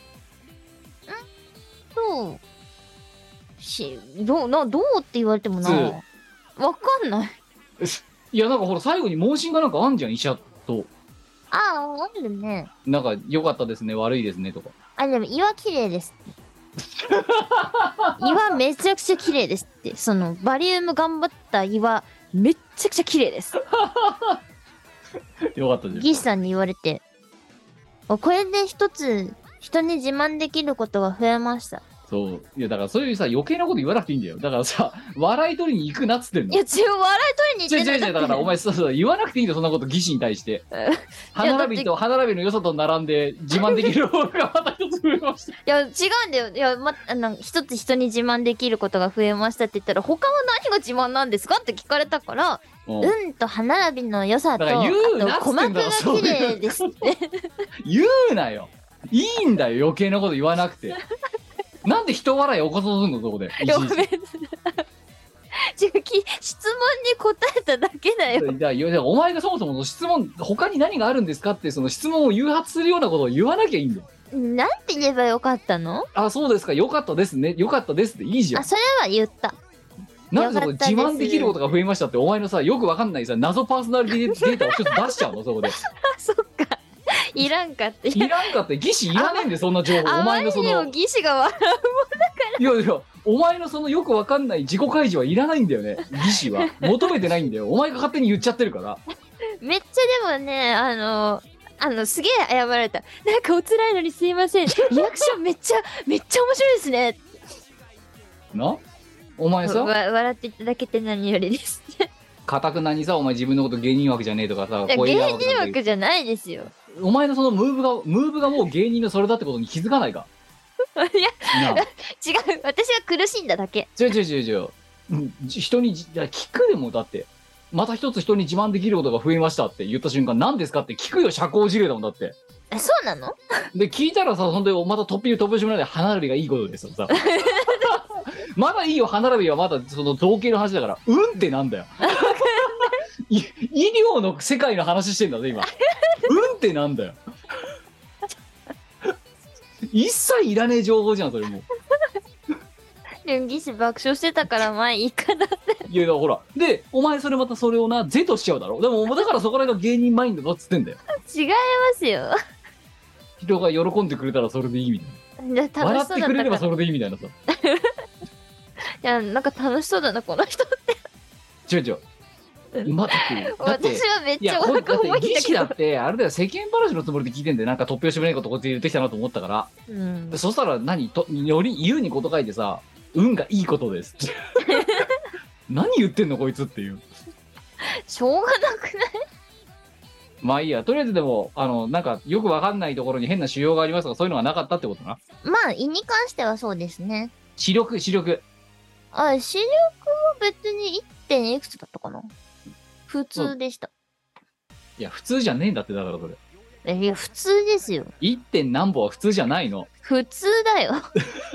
どうって言われてもな。分かんない。 いや、なんかほら、最後に問診がなんかあんじゃん、医者と。 ああ、あるね。 なんか、良かったですね、悪いですね、とか。 あ、でも胃は綺麗ですって。胃はめちゃくちゃ綺麗ですって。その、バリウム頑張った胃はめっちゃくちゃ綺麗です。 よかったです。 技師さんに言われて。これで一つ、人に自慢できることが増えました。 そう。いや、だからそういうさ、余計なこと言わなくていいんだよ。だからさ、笑い取りに行くなっつってんの。 いや、笑い取りに行ってない。 違う、だからお前そう言わなくていいんだよ、そんなこと技師に対して。歯並びの良さと並んで自慢できる方がまた一つ増えました。 いや、違うんだよ。いや、一つ人に自慢できることが増えましたって言ったら、他は何が自慢なんですかって聞かれたから、と歯並びの良さと、あと鼓膜が綺麗ですって。 言うなよ。いいんだよ、余計なこと言わなくて。なんで人笑い起こそうとすんの、そこで。 ごめん。質問に答えただけだよ。 いや、お前がそもそもの質問、他に何があるんですかって、その質問を誘発するようなことを言わなきゃいいんだよ。 なんて言えばよかったの？ あ、そうですか、よかったですね、よかったですっていいじゃん。 あ、それは言った。 なんでそこ自慢できることが増えましたって、お前のさ、よくわかんないさ、謎パーソナリティデータをちょっと出しちゃうの、そこで。 そっか。いらんかって。 いらんかって、技師いらねえんで、そんな情報。お前のその。 あまりにも技師が笑うもんだから。 いや、お前のそのよくわかんない自己開示はいらないんだよね、技師は。求めてないんだよ。お前が勝手に言っちゃってるから。 めっちゃでもね、すげえ謝られた。なんかお辛いのにすいません。リアクションめっちゃ面白いですね。 な？お前さ、 笑っていただけて何よりです。 かたくなにさ、お前自分のこと芸人枠じゃねえとかさ、 芸人枠じゃないですよ。 お前のそのムーブがもう芸人のそれだってことに気づかないか。 いや、違う。私は苦しんだだけ。 違う。人に、聞くでもだって。また一つ人に自慢できることが増えましたって言った瞬間、何ですかって聞くよ、社交辞令だもんだって。 そうなの？ で、聞いたらさ、ほんとまた飛びしもないで歯並びがいいことですよさ。まだいいよ、歯並びはまだその造形の話だから、うんってなんだよ。医療の世界の話してんだぜ、今。うんってなんだよ。一切いらねえ情報じゃん、それもう。 技師爆笑してたからまあいいかなって。 いや、だからほら。で、お前それまたそれをな、是としちゃうだろ。でも、だからそこら辺が芸人マインドだっつってんだよ。 違いますよ。 人が喜んでくれたらそれでいいみたいじゃあ笑楽しそうだったから。 ってくれればそれでいいみたいなさ。 いや、なんか楽しそうだな、この人。 違う違う。まだって、 私はめっいや、 ちゃおこれだって腹重いんだけど技師だっ。て、あれだよ、世間話のつもりで聞いてんだよ。なんか突拍子もないことこいつ言ってきたなと思ったから。 うん。 そしたらより言うにこと書いてさ、運がいいことですって。何言ってんのこいつっていう。 しょうがなくない？ まあいいや、とりあえずでも、なんかよくわかんないところに変な腫瘍がありますが、そういうのがなかったってことな。 まあ、胃に関してはそうですね。 視力。 視力は別に 1. いくつだったかな？普通でした。 いや、普通じゃねえんだって、だからそれ。 いや、普通ですよ。 1. 点何歩は普通じゃないの。 普通だよ。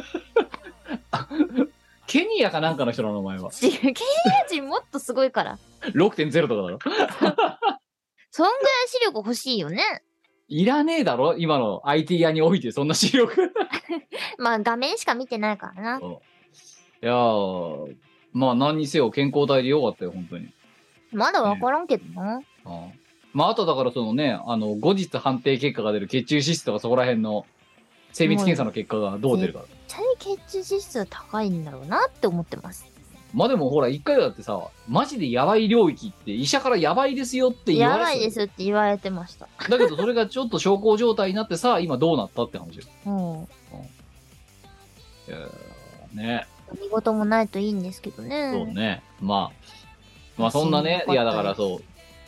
ケニアかなんかの人なの、お前は。 違う、ケニア人もっとすごいから。 6.0 とかだろ。 そんぐらい視力欲しいよね。 いらねえだろ今の IT 屋において、そんな視力。 まあ、画面しか見てないからな。 いやー、まあ何にせよ健康体でよかったよ、本当に。 まだわからんけどな。 まああとだからそのね、後日判定結果が出る血中脂質とかそこら辺の精密検査の結果がどう出るか。 めっちゃに血中脂質は高いんだろうなって思ってます。 まあでもほら、一回だってさ、マジでやばい領域って医者からやばいですよって言われてやばいですって言われてました。 だけどそれがちょっと小康状態になってさ、今どうなったって話よ。ね。 何事もないといいんですけどね。 そうね。まあそんなね、いやだからそう、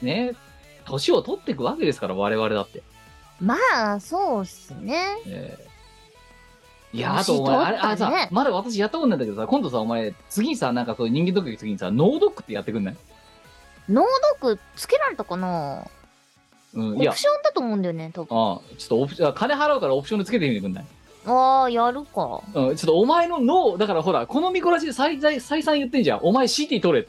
ね、年を取っていくわけですから、我々だって。 まあ、そうっすね。 いや、あとお前、あれ、さ、まだ私やったことないんだけどさ、今度さ、お前、次にさ、なんかそういう人間ドック次にさ、ノードックってやってくんない？ ノードックつけられたかな？ うん、 オプションだと思うんだよね、多分。 ちょっと金払うからオプションでつけてみてくんない？ やるか。 ちょっとお前の脳、だからほら、このミコラジで再三言ってんじゃん。お前 CT 取れって。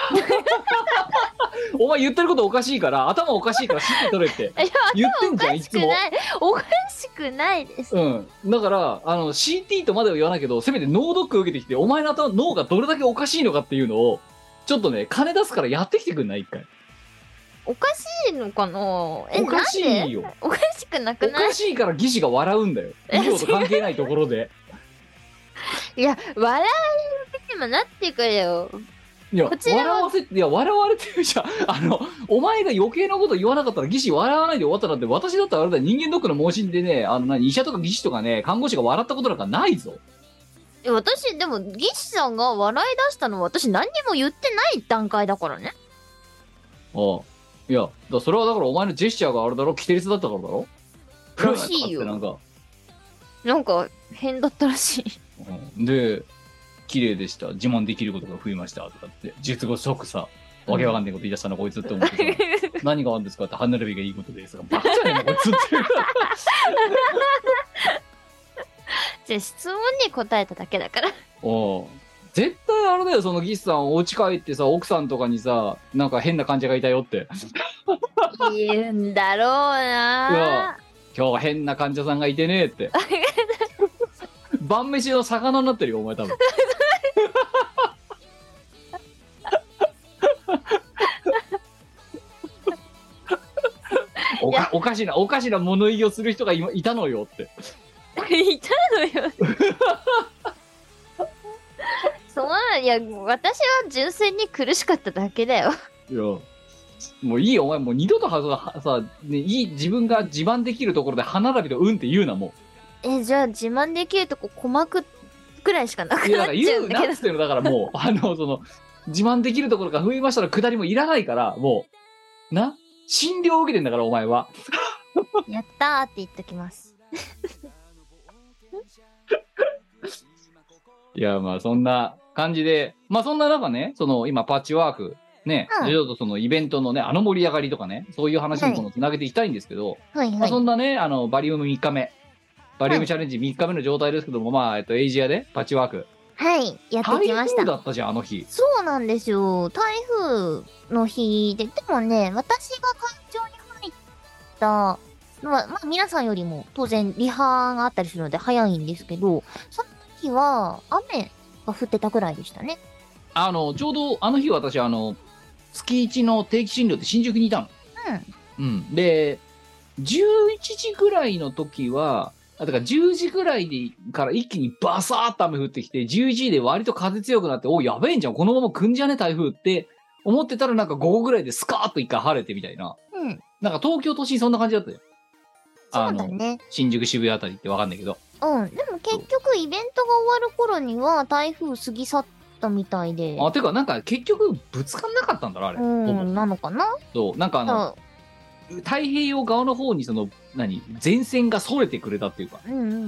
お前言ってることおかしいから、頭おかしいから CT 取れって言ってんじゃん、いつも。 おかしくないです。 だから、CT とまでは言わないけど、せめて脳ドック受けてきて、お前の脳がどれだけおかしいのかっていうのを、ちょっとね、金出すからやってきてくんない？一回。 おかしいのかな？おかしいよ。 おかしくなくない？ おかしいから技師が笑うんだよ。医療と関係ないところで。 いや、笑えるにもなってくれよ。 いや、笑われてるじゃん。お前が余計なこと言わなかったら技師笑わないで終わったなんて、私だったらあれだ、人間ドックの問診でね、医者とか技師とかね、看護師が笑ったことなんかないぞ。 私、でも、技師さんが笑い出したのは私何にも言ってない段階だからね。 いや、それはだからお前のジェスチャーがあれだろ、規定列だったからだろ。 らしいよ。なんか変だったらしい。で、綺麗でした。自慢できることが増えましたとかって、術後即さ、わけわかんないこと言い出したな、こいつって思ってさ、何があるんですかって、歯並びがいいことですが、バカじゃねえの、こいつって。 じゃあ質問に答えただけだから。 絶対あれだよ、そのギスさん、お家帰ってさ、奥さんとかにさ、なんか変な患者がいたよって。 言うんだろうな。 今日は変な患者さんがいてねえって。晩飯の魚になってるよ、お前多分。おかしな物言いをする人がいたのよって。 いたのよ。いや、私は純粋に苦しかっただけだよ。 いや、もういいよ、お前もう二度とさ、ね、自分が自慢できるところで歯並びとうんって言うな、もう。じゃあ自慢できるとこ鼓膜くらいしかなくなっちゃうんだけど。 いや、言うなっつっての、だからもう、自慢できるところが増えましたら下りもいらないから、もう、診療を受けてんだから、お前は。 やったーって言っときます。 いや、まあそんな感じで、まあそんな中ね、今パッチワーク、ね、ちょっとそのイベントのね、盛り上がりとかね、そういう話につなげていきたいんですけど、まあそんなね、バリウム3日目、バリウムチャレンジ3日目の状態ですけども、まあ、エイジアでパッチワーク。 はい、やってきました。 台風だったじゃん、あの日。 そうなんですよ。台風の日で、でもね、私が会場に入ったのは、まあ皆さんよりも当然リハがあったりするので早いんですけど、その時は雨が降ってたくらいでしたね。 ちょうどあの日私、月1の定期診療って新宿にいたの。で、11時ぐらいの時は、 だから10時ぐらいでから一気にバサーッと雨降ってきて、11時で割と風強くなって、お、やべえんじゃん、このまま来んじゃね台風って思ってたら、なんか午後ぐらいでスカーッと一回晴れてみたいな。 うん。 なんか東京都心そんな感じだったよ。 そうだね。 新宿渋谷あたりってわかんないけど。 うん。でも結局イベントが終わる頃には台風過ぎ去ったみたいで。 てかなんか結局ぶつかんなかったんだろあれ。ほぼなのかな。 そう、なんか太平洋側の方にその、前線がそれてくれたっていうか。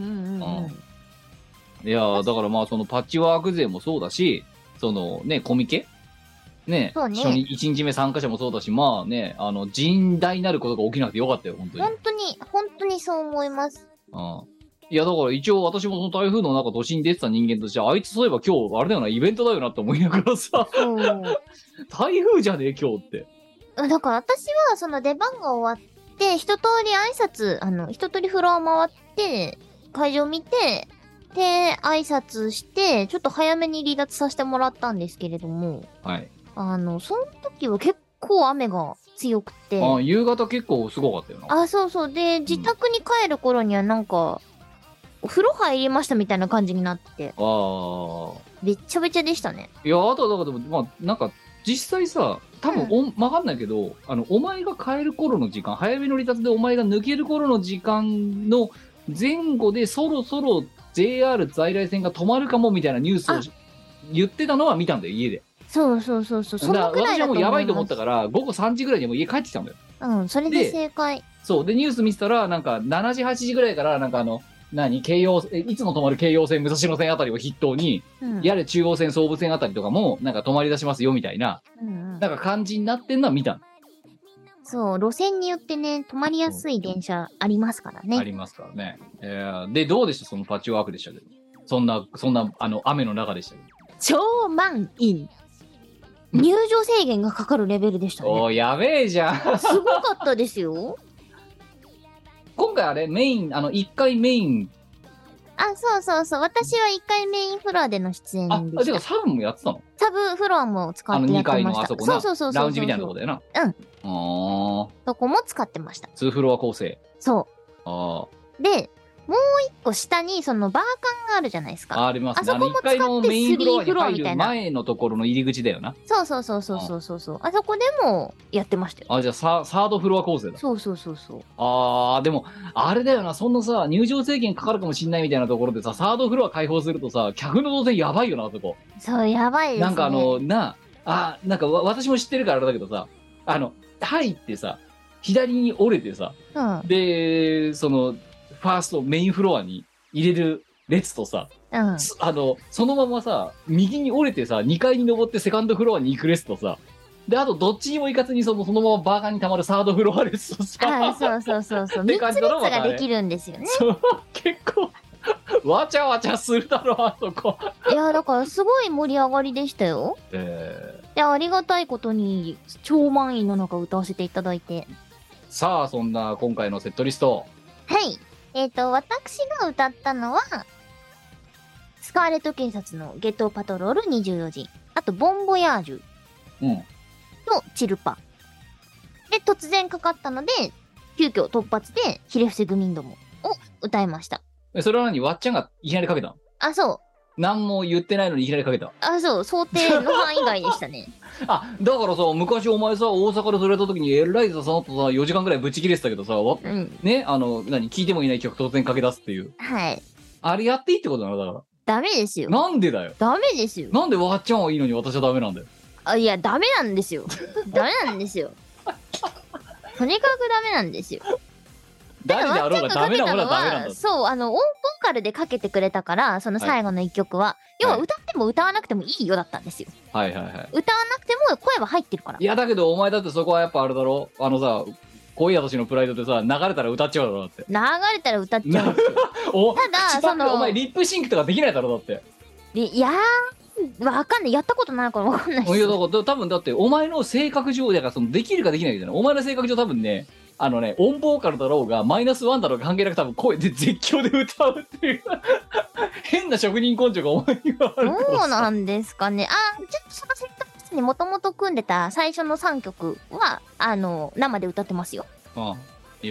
いやー、だからまあそのパッチワーク勢もそうだし、そのね、コミケね、 そうね、 1日目参加者もそうだし、まあね、甚大なることが起きなくてよかったよ、本当に。 本当にそう思います。 いや、だから一応私もその台風の中都心に出てた人間として、あいつそういえば今日、あれだよな、イベントだよなって思いながらさ、台風じゃねえ、今日って。 だから私はその出番が終わって、一通り挨拶、一通りフロア回って、会場見て、で、挨拶して、ちょっと早めに離脱させてもらったんですけれども、 はい。 その時は結構雨が強くて。 夕方結構すごかったよな。 そうそう。で、自宅に帰る頃にはなんか、お風呂入りましたみたいな感じになって。べっちゃべちゃでしたね。 いや、あとはだから、まあ、なんか、実際さ、多分わかんないけど、お前が帰る頃の時間、早めの離脱でお前が抜ける頃の時間の前後でそろそろ JR 在来線が止まるかもみたいなニュースを言ってたのは見たんだよ、家で。 そう。そのくらいだと思います。 私はもうやばいと思ったから、午後3時ぐらいにもう家帰ってきたんだよ。 それで正解。 そう。で、ニュース見てたら、なんか、7時、8時ぐらいから、なんか京葉、いつも止まる京葉線、武蔵野線あたりを筆頭に、やれ中央線、総武線あたりとかも、なんか止まり出しますよ、みたいな、なんか感じになってんのは見た。 そう、路線によってね、止まりやすい電車ありますからね。 ありますからね。で、どうでしたそのパッチワークでしたけど。そんな、雨の中でしたけど。 超満員。入場制限がかかるレベルでしたね。 やべえじゃん。 すごかったですよ。 今回あれ、メイン、1回メイン。 そう。私は1回メインフロアでの出演でした。 てかサブもやってたの？ サブフロアも使ってやってました。 2階のあそこな。 そう。 ラウンジみたいなとこだよな。 そこも使ってました。 2フロア構成。 そう。で、もう一個下にそのバーカンがあるじゃないですか。 ありますね。 あそこも使って3フロアに入る前のところの入り口だよな。 そう。あそこでもやってましたよ。 じゃあサードフロア構成だ。 そう。 でも、あれだよな、そんなさ、入場制限かかるかもしんないみたいなところでさ、サードフロア開放するとさ、客の動線やばいよな、あそこ。 そう、やばいですね。 なんかなんか私も知ってるからあれだけどさ、入ってさ、左に折れてさ、で、ファーストメインフロアに入れる列とさ、そのままさ、右に折れてさ、2階に登ってセカンドフロアに行く列とさ、で、あとどっちにも行かずにそのままバーガーに溜まるサードフロア列とさ、 そう。3つ列ができるんですよね。 そう、結構、わちゃわちゃするだろ、あそこ。 いや、だからすごい盛り上がりでしたよ。で、ありがたいことに、超満員の中歌わせていただいて。 さあ、そんな今回のセットリスト。 はい。私が歌ったのは、スカーレット警察のゲットパトロール24時。あと、ボンボヤージュ。と、チルパ。で、突然かかったので、急遽突発で、ひれ伏せグミンドモを歌いました。 それは何わっちゃんがいきなりかけたの？ そう。 何も言ってないのにいきなりかけた。 そう、想定の範囲外でしたね。 だからさ、昔お前さ、大阪でそれやった時にエルライザその後さ、4時間ぐらいぶち切れてたけどさ、ね、聞いてもいない曲突然かけ出すっていう。 はい。 あれやっていいってことなのだから。 ダメですよ。 なんでだよ。 ダメですよ。 なんでわっちゃんはいいのに私はダメなんだよ。 いや、ダメなんですよ。ダメなんですよ。とにかくダメなんですよ。 誰であろうがダメなものはダメなんだ。 そう、ボーカルでかけてくれたから、その最後の一曲は、要は歌っても歌わなくてもいいよだったんですよ。 歌わなくても声は入ってるから。 いや、だけどお前だってそこはやっぱあれだろ、恋やとしのプライドでさ、流れたら歌っちゃうだろ、だって。 流れたら歌っちゃうんですよ。ただ、 お前リップシンクとかできないだろ、だって。 いやわかんない。やったことないからわかんないし。 いや、だから多分だって、お前の性格上、だからできるかできないじゃない。お前の性格上多分ね、オンボーカルだろうが、マイナスワンだろうが関係なく多分声で絶叫で歌うっていう、変な職人根性がお前にはあるからさ。 そうなんですかね。ちょっとそのセットリストにもともと組んでた最初の3曲は、生で歌ってますよ。 いや、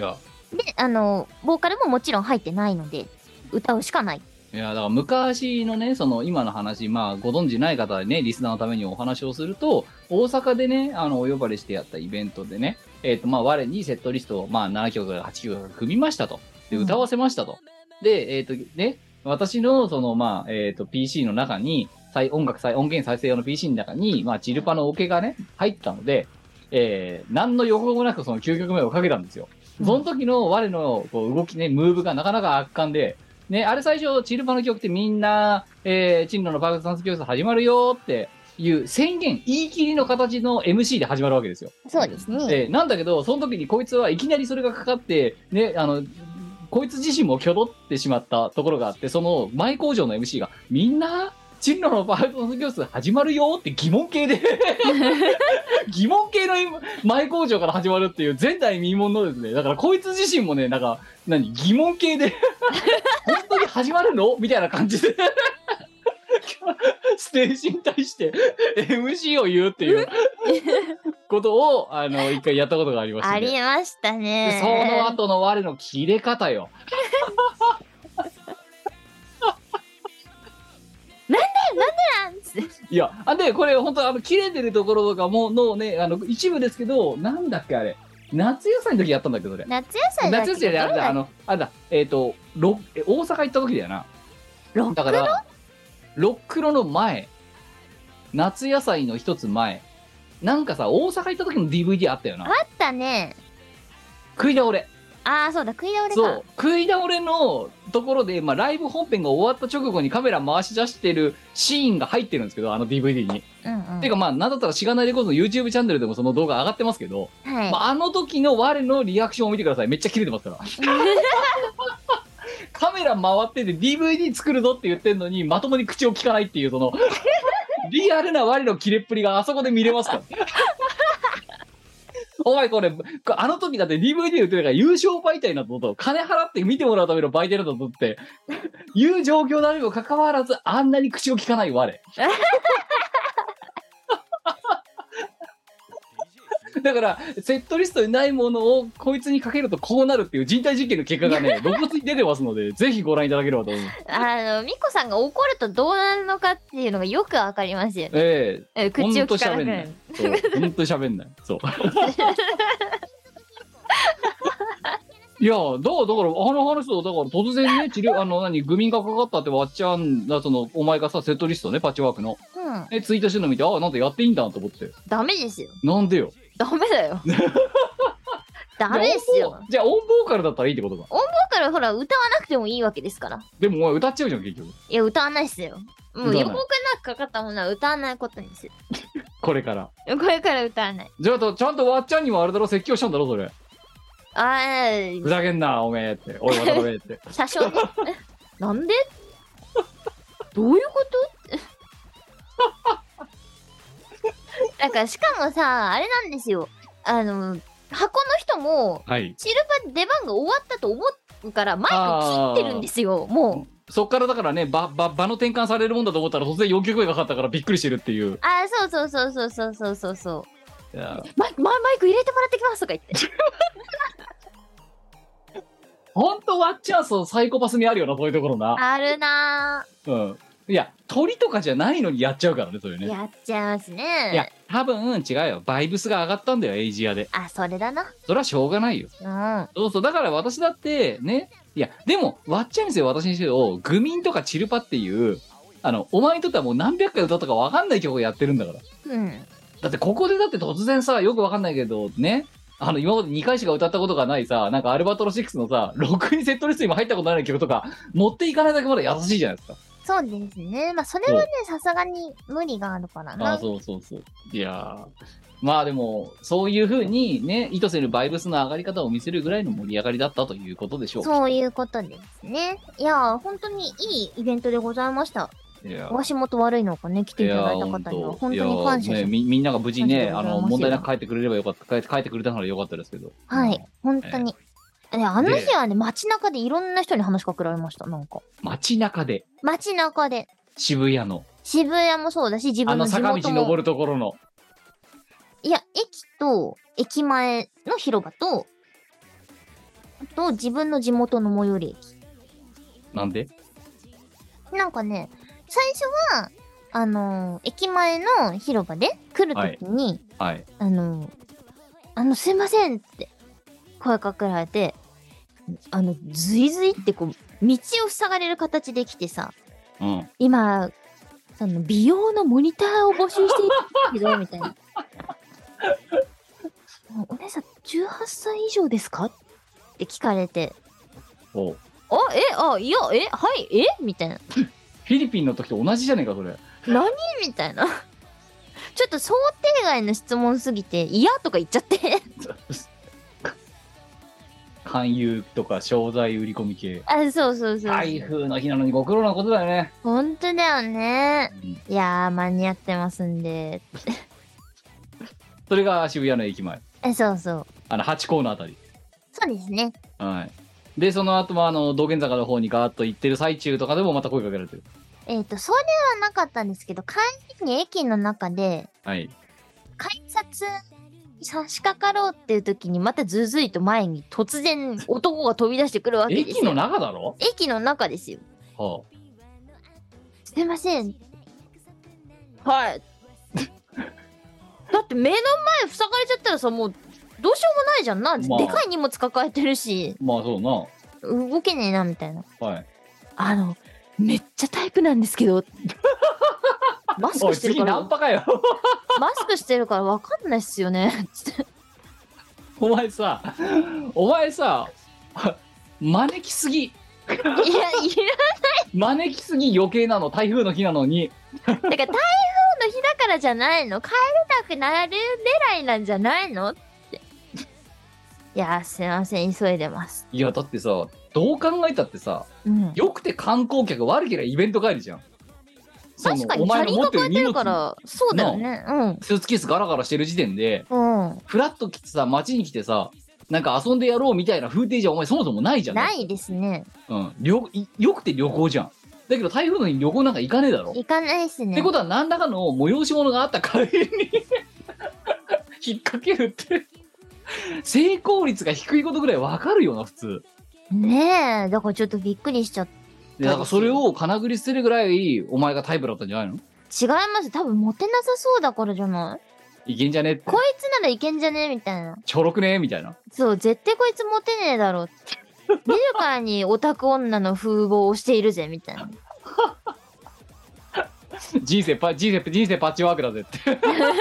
で、ボーカルももちろん入ってないので、歌うしかない。 いや、だから昔のね、その今の話、まあご存知ない方でね、リスナーのためにお話をすると、大阪でね、お呼ばれしてやったイベントでね、まあ我にセットリストを、まあ7曲から8曲から組みましたと。で、歌わせましたと。で、ね、私のその、まあ、PC の中に、音源再生用の PC の中に、まあ、チルパのオケがね、入ったので、何の予報もなくその9曲目をかけたんですよ。その時の我のこう動きね、ムーブがなかなか圧巻で、ね、あれ最初、チルパの曲ってみんな、チンロのパーフェクトダンス教室始まるよっていう宣言、言い切りの形の MC で始まるわけですよ。 そうですね。 なんだけど、その時にこいつはいきなりそれがかかって、ね、こいつ自身も挙動ってしまったところがあって、その前工場の MC が、みんな、チンロのパーフェクトダンス教室始まるよって疑問系で疑問系の前工場から始まるっていう前代未聞のですね、だからこいつ自身もね、なんか、疑問系で本当に始まるのみたいな感じでステージに対して MC を言うっていうことを、一回やったことがありましたね。 ありましたね。 その後の我の切れ方よ。 なんつって。 いや、で、これ本当切れてるところとかものね、一部ですけど、なんだっけあれ。夏野菜の時やったんだけど、それ。 夏野菜だっけ。 夏野菜であれだ、大阪行った時だよな。だから、ロックロの前、夏野菜の一つ前、なんかさ、大阪行った時の DVD あったよな。 あったね。 食い倒れ。 ああ、そうだ、食い倒れか。 そう、食い倒れのところで、まあ、ライブ本編が終わった直後にカメラ回し出してるシーンが入ってるんですけど、DVD に。てか、まあ、なんだったらしがないレコードの YouTube チャンネルでもその動画上がってますけど、 はい。 まあ、あの時の我のリアクションを見てください。めっちゃ切れてますから。カメラ回ってて DVD 作るぞって言ってんのに、まともに口を聞かないっていう、その、リアルな我の切れっぷりがあそこで見れますから。お前これ、あの時だって DVD 売ってるから優勝媒体などと、金払って見てもらうための媒体などとって、いう状況であるにもかかわらず、あんなに口を聞かない我。だから、セットリストにないものをこいつにかけるとこうなるっていう人体実験の結果がね、露骨に出てますので、ぜひご覧いただければと思います。 ミコさんが怒るとどうなるのかっていうのがよくわかりますよね。 口を聞かなくなる。 ほんと喋んない。そう。いや、だから、あの話と、だから突然ね、愚民がかかったってわっちゃんだ、お前がさ、セットリストね、パッチワークの。ツイートしてるの見て、なんかやっていいんだと思って。 ダメですよ。 なんでよ。 ダメだよ。ダメですよ。 じゃあ、オンボーカルだったらいいってことか。 オンボーカルほら、歌わなくてもいいわけですから。 でも、お前歌っちゃうじゃん、結局。 いや、歌わないっすよ。もう予告なくかかったものは歌わないことにする。 これから。 これから歌わない。 じゃあ、ちゃんとわっちゃんにもあれだろ、説教したんだろ、それ。ふざけんな、おめえって。おい、渡辺って。 車掌ね。なんでどういうことなんか、しかもさ、あれなんですよ。箱の人も、 はい、 シルバー出番が終わったと思うから、マイク切ってるんですよ、もう。そっからだからね、場の転換されるもんだと思ったら、突然4曲目がかかったからびっくりしてるっていう。 そう。マイク入れてもらってきますとか言って。 ほんとわっちゃんサイコパスにあるよな、そういうところな。 あるなぁ。うん。いや、鳥とかじゃないのにやっちゃうからね、それね。 やっちゃいますね。 いや、多分違うよ。バイブスが上がったんだよ、エイジアで。 それだな。 それはしょうがないよ。そう、だから私だって、ね。いや、でも、わっちゃんにせよ、私にせよ、グミンとかチルパっていう、お前にとってはもう何百回歌ったか分かんない曲をやってるんだから。だってここでだって突然さ、よく分かんないけど、ね。今まで2回しか歌ったことがないさ、なんかアルバトロ6のさ、ロックにセットリストにも入ったことない曲とか、持っていかないだけまだ優しいじゃないですか。 そうですね。まあ、それはね、さすがに無理があるからな。 そう。いやー。まあでも、そういう風にね、意図せぬバイブスの上がり方を見せるぐらいの盛り上がりだったということでしょう。 そういうことですね。いやー、本当にいいイベントでございました。お足元悪いのかね、来ていただいた方には本当に感謝します。 みんなが無事ね、問題なく帰ってくれればよかった。帰ってくれたならよかったですけど。 はい、本当に。あの日はね、街中でいろんな人に話しかけられました、なんか。 街中で渋谷もそうだし、自分の地元も。 坂道登るところの。 いや、駅と、駅前の広場と、 と自分の地元の最寄りなんで？ 駅。なんかね、最初は、駅前の広場で来るときに、 はい。 すいませんって声かけられて、ずいずいってこう、道を塞がれる形で来てさ、 うん。 今、美容のモニターを募集しているんですけど、みたいな。お姉さん、18歳以上ですかって聞かれて、 おう。 いや、はい、みたいな。 フィリピンの時と同じじゃねえか、それ。 何みたいな。ちょっと想定外の質問すぎて、嫌とか言っちゃって。 勧誘とか商材売り込み系。 そうそう。 台風の日なのにご苦労なことだよね。 ほんとだよね。 うん、 いやー、間に合ってますんで。 それが渋谷の駅前。 そうそう。 ハチ公のあたり。 そうですね。 はい。で、その後も道玄坂の方にガーッと行ってる最中とかでもまた声かけられてる。 それはなかったんですけど、帰りに駅の中で、 はい。 改札差し掛かろうっていう時に、またずずいと前に突然男が飛び出してくるわけですよ。 駅の中だろ？ 駅の中ですよ。 はすいません。はい。だって目の前塞がれちゃったらさ、もうどうしようもないじゃんな。 まあでかい荷物抱えてるし、 まあそうな。 動けねえなみたいな。 はい。 めっちゃタイプなんですけど。マスおい、次クしてるから、 ナンパかよ。 マスクしてるからわかんないっすよね。つって。 お前さ、招きすぎ。 いや、 招きすぎ余計なの。台風の日なのに。 だから台風の日だからじゃないの？帰れなくなる狙いなんじゃないのって。いや、すいません、急いでます。 いや、だってさ、どう考えたってさ、 うん。 よくて観光客、悪ければイベント帰りじゃん。 確かに、 お前の持ってる抱えて荷物るから、そうだよね。 スーツケースガラガラしてる時点で、 うん。 フラッと来てさ、街に来てさ、なんか遊んでやろうみたいな風景じゃお前そもそもないじゃん。 ないですね。 うん。よくて旅行じゃん。だけど台風の日に旅行なんか行かねえだろ。 行かないっすね。 ってことは何らかの催し物があった帰りに引っ掛けるって成功率が低いことぐらいわかるよな、普通。 ねえ、だからちょっとびっくりしちゃった。 で、だからそれを金繰り捨てるぐらいお前がタイプだったんじゃないの？ 違います。多分モテなさそうだからじゃないいけんじゃねって。 こいつならいけんじゃねみたいな。 ちょろくねみたいな。 そう、絶対こいつモテねえだろって。見るからにオタク女の風貌をしているぜ、みたいな。 人生パッチワークだぜって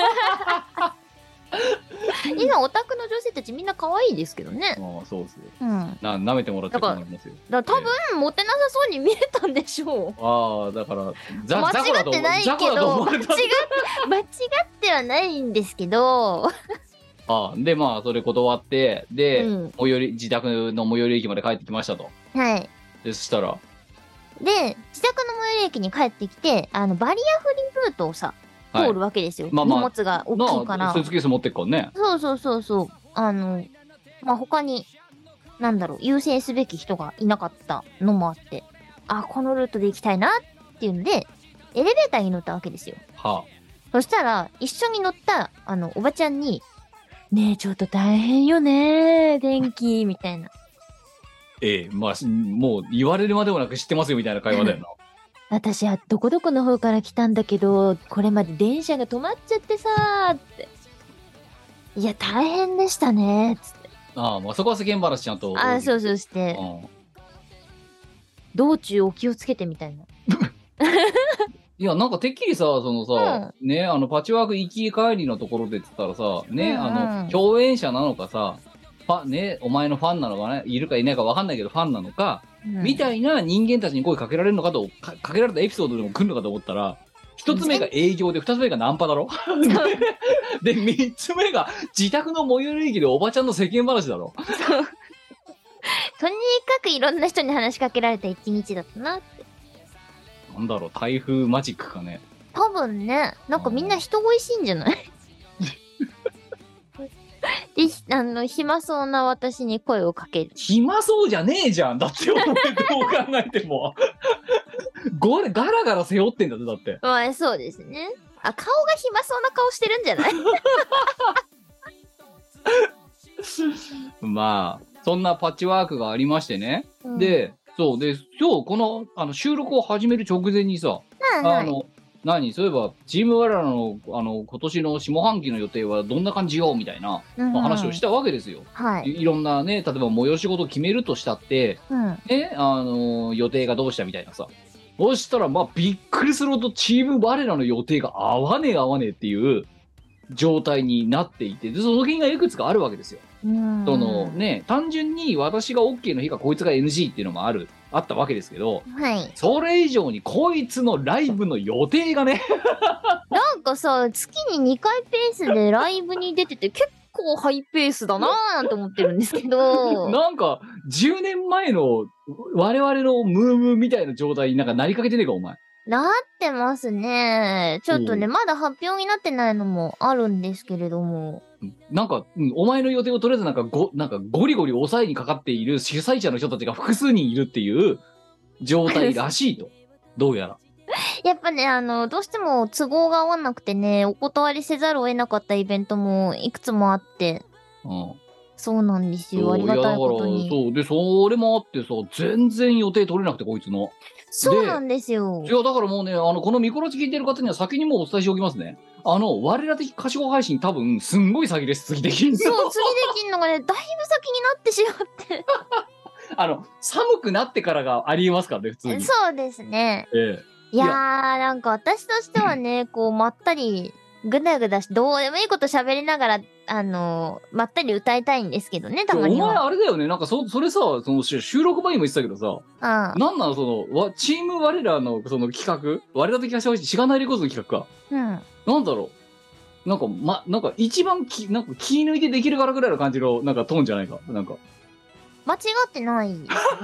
今オタクの女性たちみんな可愛いですけどね。 ああ、そうっすよ。 うん。 舐めてもらってると思いますよ。 だから多分モテなさそうに見えたんでしょう。 ああ、だから間違ってないけど、間違ってはないんですけど。 ああ、でまあそれ断って、で、 うん、 自宅の最寄り駅まで帰ってきましたと。 はい。 でそしたら、 で自宅の最寄り駅に帰ってきて、バリアフリールートをさ通るわけですよ。 まあまあ荷物が大きいから。 スーツケース持ってっからね。 そう。まあ、他に、なんだろう、優先すべき人がいなかったのもあって、あ、このルートで行きたいなっていうんで、エレベーターに乗ったわけですよ。 はそしたら、一緒に乗った、おばちゃんに、ねえ、ちょっと大変よね電気、みたいな。 まあ、もう言われるまでもなく知ってますよみたいな会話だよな。 私はどこどこの方から来たんだけど、これまで電車が止まっちゃってさーって。いや、大変でしたねつって。 ああ、まあそこは世間話ちゃんと。 そうして、道中お気をつけてみたいな。 いや、なんかてっきりさ、ね、パッチワーク行き帰りのところでっつったらさ、ね、共演者なのかさ、ね、お前のファンなのかね、いるかいないか分かんないけどファンなのか、みたいな人間たちに声かけられるのかと、かけられたエピソードでも来るのかと思ったら、一つ目が営業で、二つ目がナンパだろで、三つ目が自宅の最寄り駅でおばちゃんの世間話だろとにかくいろんな人に話しかけられた一日だったなって。 なんだろう、台風マジックかね。 多分ね、なんかみんな人恋しいんじゃないで、暇そうな私に声をかける。 暇そうじゃねえじゃん。だってお前どう考えても。ガラガラ背負ってんだぜ、だって。 まあ、そうですね。あ、顔が暇そうな顔してるんじゃないまあ、 そんなパッチワークがありましてね。 うん、 で、そう。で、今日この、収録を始める直前にさ、 はいはいそういえば、チーム我らの、今年の下半期の予定はどんな感じよみたいな、 うん話をしたわけですよ。 はい。 いろんなね、例えば催し事を決めるとしたって、 うん。 ね、予定がどうしたみたいなさ。そしたら、まあ、びっくりするほどチーム我らの予定が合わねえっていう状態になっていて、で、その日がいくつかあるわけですよ。 うん。 そのね、単純に私が OK の日かこいつが NG っていうのもあったわけですけど、 はい。 それ以上にこいつのライブの予定がね、 なんかさ、月に2回ペースでライブに出てて結構ハイペースだなーなんて思ってるんですけど。 なんか10年前の我々のムームーみたいな状態になんかなりかけてねえか、お前。 なってますね。ちょっとね、 うんまだ発表になってないのもあるんですけれども。 なんか、お前の予定をとりあえずなんかゴリゴリ抑えにかかっている主催者の人たちが複数人いるっていう状態らしいと。どうやら。 やっぱね、どうしても都合が合わなくてね、お断りせざるを得なかったイベントもいくつもあって。 うん。 そうなんですよ。 そうありがたいこといやだから、 に。 そう。で、それもあってさ、全然予定取れなくて、こいつの。 そうなんですよ。 いや、だからもうね、このミコラジ聞いてる方には先にもうお伝えしておきますね。我ら的歌唱配信多分、すんごい先です、次できんの。 そう、次できんのがね、だいぶ先になってしまって。 寒くなってからがありえますからね、普通に。 そうですね。 えいやー、なんか私としてはね、こう、まったり、ぐだぐだし、どうでもいいこと喋りながら、まったり歌いたいんですけどね、たまお前には。 あれだよね、なんかそれさ、その収録前にも言ってたけどさ、 ああ、 なんなのチーム我らのその企画、我ら的歌唱配信、しがないレコードの企画か。 うん。 なんだろう。なんか一番なんか気抜いてできるからぐらいの感じの、なんかトーンじゃないか。なんか。 間違ってないですね。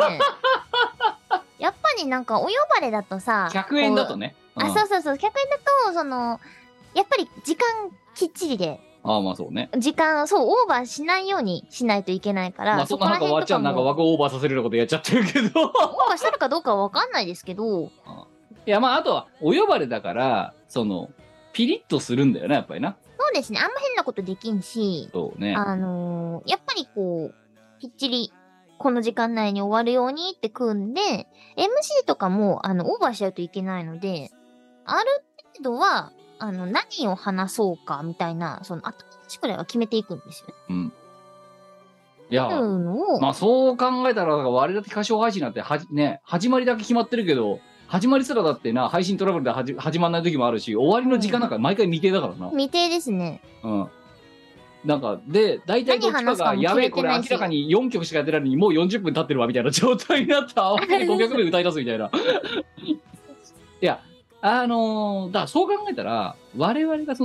やっぱりなんか、お呼ばれだとさ、 100円だとね。 こう。あ、そうそうそう、100円だと、やっぱり時間きっちりで、 ああ、まあそうね。 時間、そう、オーバーしないようにしないといけないから、 まあそんななんかわっちゃんなんか枠をオーバーさせるようなことやっちゃってるけど。 オーバーしたのかどうかはわかんないですけど、 いや、まああとは、お呼ばれだから、ピリッとするんだよな、やっぱりな。 そうですね、あんま変なことできんし、 そうね。 やっぱりこう、きっちり、この時間内に終わるようにって組んで、MC とかも、オーバーしちゃうといけないので、ある程度は、何を話そうか、みたいな、後出しくらいは決めていくんですよね。 うん。いや、 そういうのを、 まあそう考えたら、我々的歌唱配信なんて始まりだけ決まってるけど、始まりすらだってな、配信トラブルで始まんない時もあるし、終わりの時間なんか毎回未定だからな。 未定ですね。 うん。なんか、で、大体どっちかが、 何話すかもやべえ、これ決めてないし明らかに4曲しかやってないのに、もう40分経ってるわ、みたいな状態になったら、慌てて5曲目歌い出すみたいな。いや、だからそう考えたら、我々が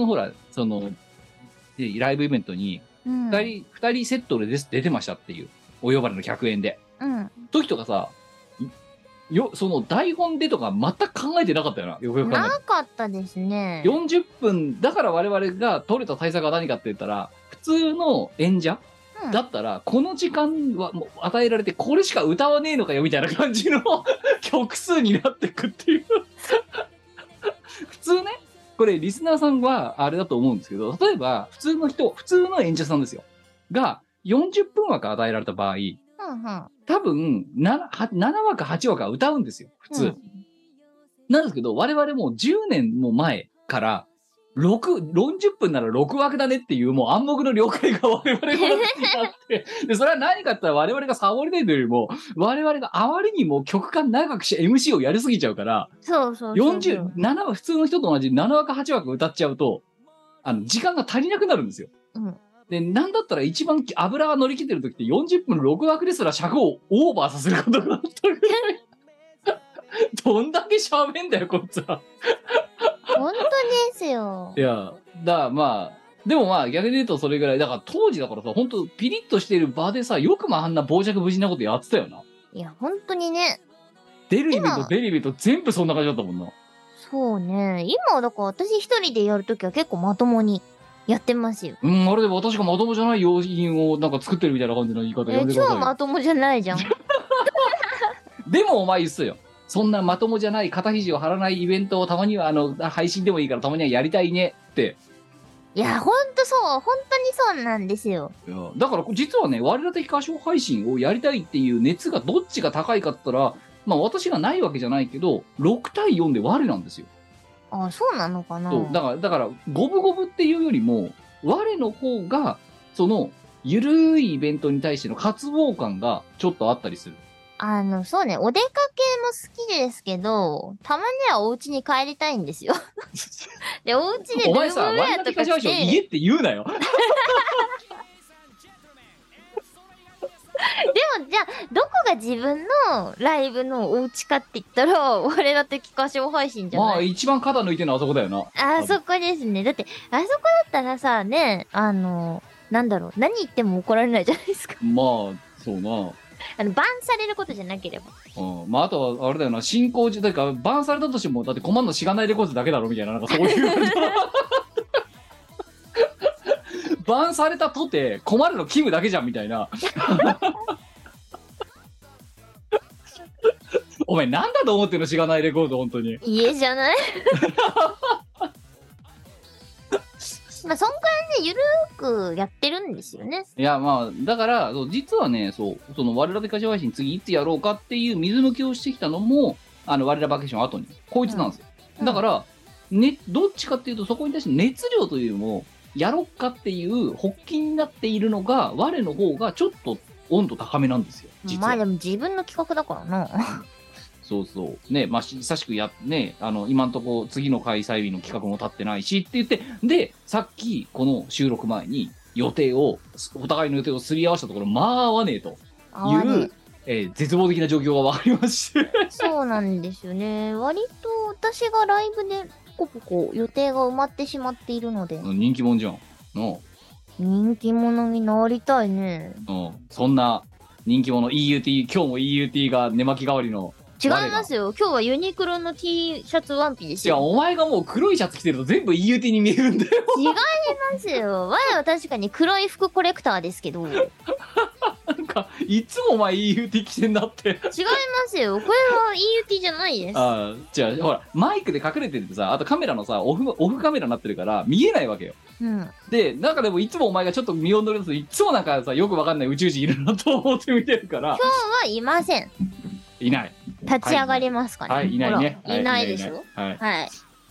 ライブイベントに、 うん。 二人セットで出てましたっていう、お呼ばれの100円で。 うん。 時とかさ、台本でとか全く考えてなかったよな、よくよく考えて。 なかったですね。 40分、だから我々が取れた対策は何かって言ったら、普通の演者うんだったら、この時間はもう与えられて、これしか歌わねえのかよみたいな感じの曲数になってくっていう普通ね、これリスナーさんはあれだと思うんですけど、例えば普通の演者さんですよ。が、40分枠与えられた場合、 うんうん。 多分7枠、8枠は歌うんですよ、普通。なんですけど、我々もう10年も前から、40分なら6枠だねっていう、もう暗黙の了解が我々の中にあって、で、それは何かって言ったら我々がサボりたいというよりも、我々があまりにも曲間長くして MC をやりすぎちゃうから、 そうそうそう。 7は普通の人と同じ7枠、8枠歌っちゃうと、時間が足りなくなるんですよ。 うん。 で、なんだったら一番油が乗り切ってる時って40分6枠ですら尺をオーバーさせることがあったぐらい。どんだけ喋んだよ、こいつは。 本当ですよ。 いや、まあ、でもまあ逆に言うとそれぐらい、だから当時だからさ、ほんとピリッとしてる場でさ、よくまああんな傍若無人なことやってたよな。 いや、本当にね。 出るイベント、出るイベント全部そんな感じだったもんな。 そうね。今はだから私一人でやるときは結構まともにやってますよ。 あれで私がまともじゃない用品をなんか作ってるみたいな感じの言い方やめてください超よ。 まともじゃないじゃん。 でもお前言ってたよ。そんなまともじゃない肩肘を張らないイベントをたまには配信でもいいからたまにはやりたいねっていや、ほんとそう、本当にそうなんですよ。 いやだから実はね、我ら的歌唱配信をやりたいっていう熱がどっちが高いかって言ったら、まあ私がないわけじゃないけど、6対4で我なんですよ。 あ、そうなのかな。 そうだから五分五分っていうよりも、我の方がそのゆるいイベントに対しての渇望感がちょっとあったりする。 そうね、お出かけも好きですけど、たまにはお家に帰りたいんですよ。で、お家でルームウお前さ、我ェアら的歌唱配とか着て、 信を家って言うなよ。 でもじゃあ、どこが自分のライブのお家かって言ったら、我ら的歌唱配信じゃまあない。 一番肩抜いてるのはあそこだよな。 あそこですね。だって、あそこだったらさ、ね、なんだろう、何言っても怒られないじゃないですか。 まあそうな。 バンされることじゃなければ。 まああとはあれだよな、進行中だからバンされたとしてもだって困るのしがないレコードだけだろみたいな、なんかそういうバンされたとて困るのキムだけじゃんみたいな。お前なんだと思ってるの、しがないレコード本当に。 家じゃないまあ、そんくらいでゆるーくやってるんですよね。 いやまあだからそう実はね、その我ら的歌唱配信次いつやろうかっていう水抜きをしてきたのも我らバケーション後にこいつなんですよ、 うんだからね、どっちかっていうとそこに対して熱量というよりもやろっかっていう発起になっているのが我の方がちょっと温度高めなんですよ実は。 まあでも自分の企画だからな。 そうそうね、まあ久しくね、今んとこ次の開催日の企画も立ってないしって言って、でさっきこの収録前に予定をお互いの予定をすり合わせたところ、まあ合わねえという、絶望的な状況が分かりましてそうなんですよね。割と私がライブでポコポコ予定が埋まってしまっているので。 人気者じゃんな。 人気者になりたいね。 そんな人気者 EUT、今日も EUT が寝巻き代わりの違いますよ。今日はユニクロの T シャツワンピですいや、 よ。 お前がもう黒いシャツ着てると全部 EUT に見えるんだよ。 違いますよ。我は確かに黒い服コレクターですけど。違いなんか、いつもお前 EUT 着てんだって。 ますよ。これは EUT じゃないです。 ああ、じゃあ、ほら、マイクで隠れてるとさ、あとカメラのさ、オフカメラになってるから見えないわけよ。 うん。 で、なんかでもいつもお前がちょっと身を乗るといつもなんかさ、よくわかんない宇宙人いるなと思って見てるから。 今日はいません。 いない。 立ち上がれますかね。 はい、いないね。 ほらいないでしょ。 はい。 はい。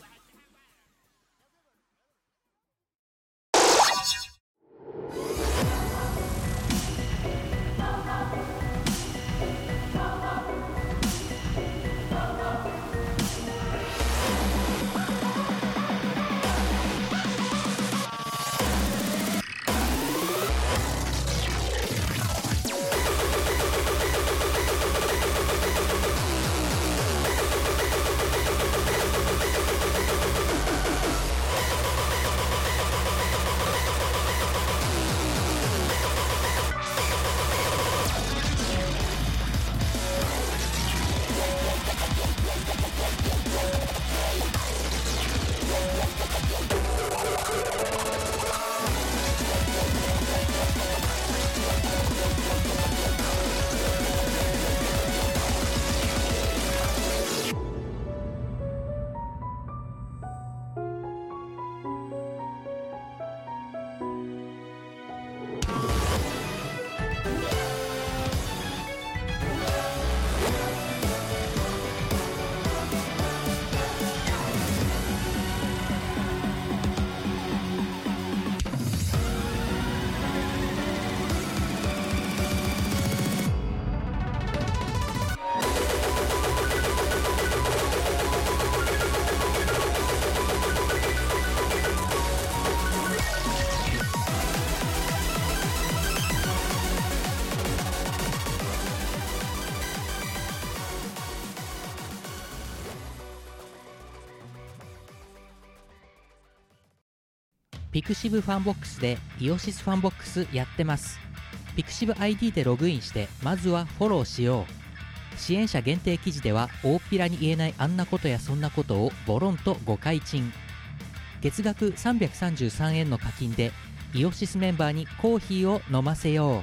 ピクシブファンボックスでイオシスファンボックスやってます。ピクシブ ID でログインしてまずはフォローしよう。支援者限定記事では大っぴらに言えないあんなことやそんなことをボロンと誤解賃。月額333円の課金でイオシスメンバーにコーヒーを飲ませよ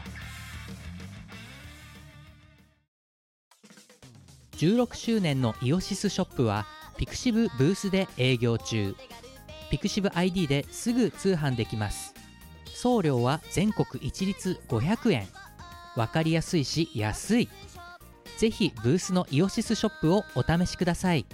う。16周年のイオシスショップはピクシブブースで営業中。 ピクシブ ID ですぐ通販できます。送料は全国一律500円。わかりやすいし安い。ぜひブースのイオシスショップをお試しください。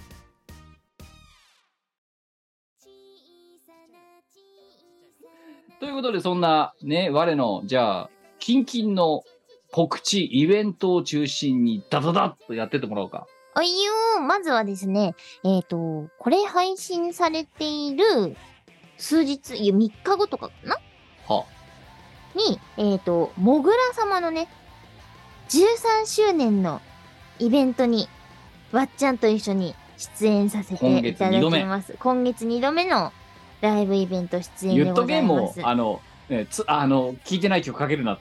ということで、そんなね、我の、じゃあ、キンキンの告知、イベントを中心にダダダッとやってってもらおうか。 まずはですね、これ配信されている数日、3日後とかかなはに、もぐら様のね、13周年のイベントに、わっちゃんと一緒に出演させていただきます。今月2度目のライブイベント出演でございます。 言っとけも、聞いてない曲かけるなって。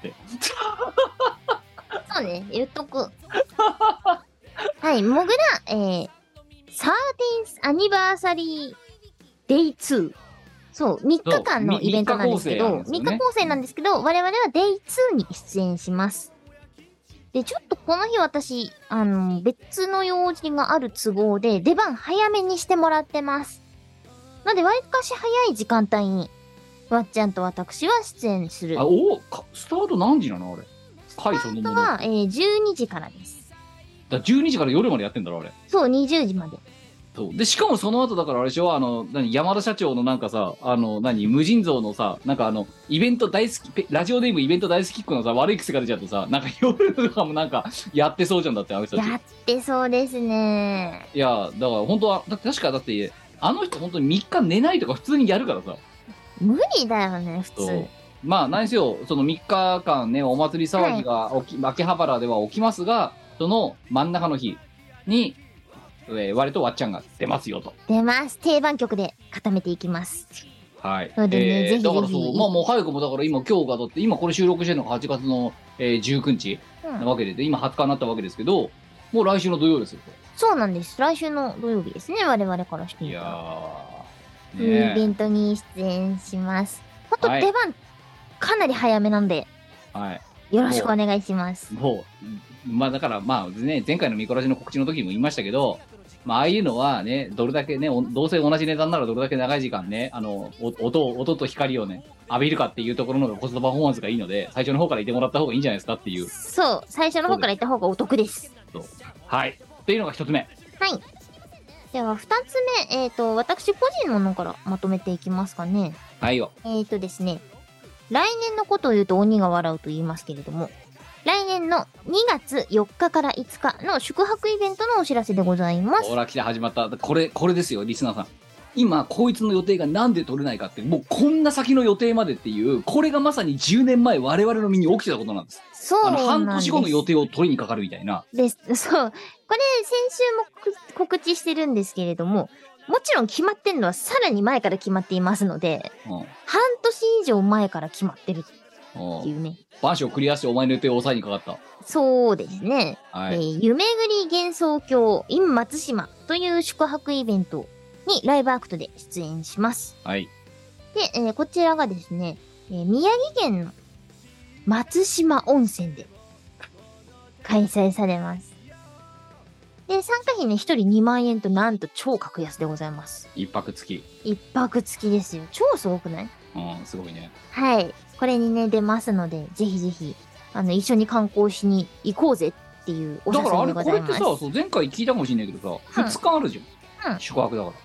そうね、言っとく。はい、もぐら、13th アニバーサリー Day 2。そう、3日間のイベントなんですけど、3日構成なんですけど、我々は Day 2に出演します。で、ちょっとこの日私、別の用事がある都合で、出番早めにしてもらってます。なので、わりかし早い時間帯に、わっちゃんと私は出演する。 スタート何時なのあれ。 スタートは、12時からです。 だ12時から夜までやってんだろあれ。 そう、20時まで。 そうでしかもその後だからあれでしょ、山田社長のなんかさ、無尽蔵のさ、なんかイベント大好き、ラジオネームイベント大好きっ子のさ、悪い癖が出ちゃってさ、なんか夜とかもなんかやってそうじゃんだって、あの人たち。 やってそうですね。 いや、だから本当は、確かだって、あの人本当に3日寝ないとか普通にやるからさ。 無理だよね、普通。 まあ、何せよ、その3日間ね、お祭り騒ぎが秋葉原では起きますが、その真ん中の日に、我とわっちゃんが出ますよと。 出ます。定番曲で固めていきます。 はい。 のでね、ぜひぜひ。 だからそう、まあもう早くもだから今日がだって、今これ収録してるのが8月の、19日なわけで、今20日になったわけですけど、もう来週の土曜ですよ。 そうなんです。来週の土曜日ですね、我々からしてみたら。イベントに出演します。ほんと出番、かなり早めなんで、 はい。 よろしくお願いします。 もう、まあだからまあね、前回のミコラジの告知の時にも言いましたけど、まあああいうのはね、どれだけね、どうせ同じ値段ならどれだけ長い時間ね、音と光をね、浴びるかっていうところのコストパフォーマンスがいいので、最初の方から言ってもらった方がいいんじゃないですかっていう。 そう、最初の方から言った方がお得です。 そう。はい。っていうのが一つ目。 はい。では二つ目、私個人のものからまとめていきますかね。 はいよ。 ですね、来年のことを言うと鬼が笑うと言いますけれども、来年の2月4日から5日の宿泊イベントのお知らせでございます。 ほら来て始まった。これですよ、リスナーさん。今、こいつの予定がなんで取れないかって、もうこんな先の予定までっていう、これがまさに10年前我々の身に起きてたことなんです。 そうなんです。 半年後の予定を取りにかかるみたいな。 です。そう。これ、先週も告知してるんですけれども、もちろん決まってんのはさらに前から決まっていますので、半年以上前から決まってるっていうね。 晩鐘をクリアしてお前の予定を抑えにかかった。 そうですね。 はい。 夢ぐり幻想郷 in 松島という宿泊イベントにライブアクトで出演します。 はい。 で、こちらがですね、宮城県の松島温泉で開催されます。で、参加費ね、1人2万円となんと超格安でございます。 一泊付き。 一泊付きですよ。超すごくない？ すごいね。 はい。これにね、出ますので、ぜひぜひ、一緒に観光しに行こうぜっていうお誘いでございます。だからあれ、これってさ、 そう前回聞いたかもしれないけどさ、2日あるじゃん。宿泊だから。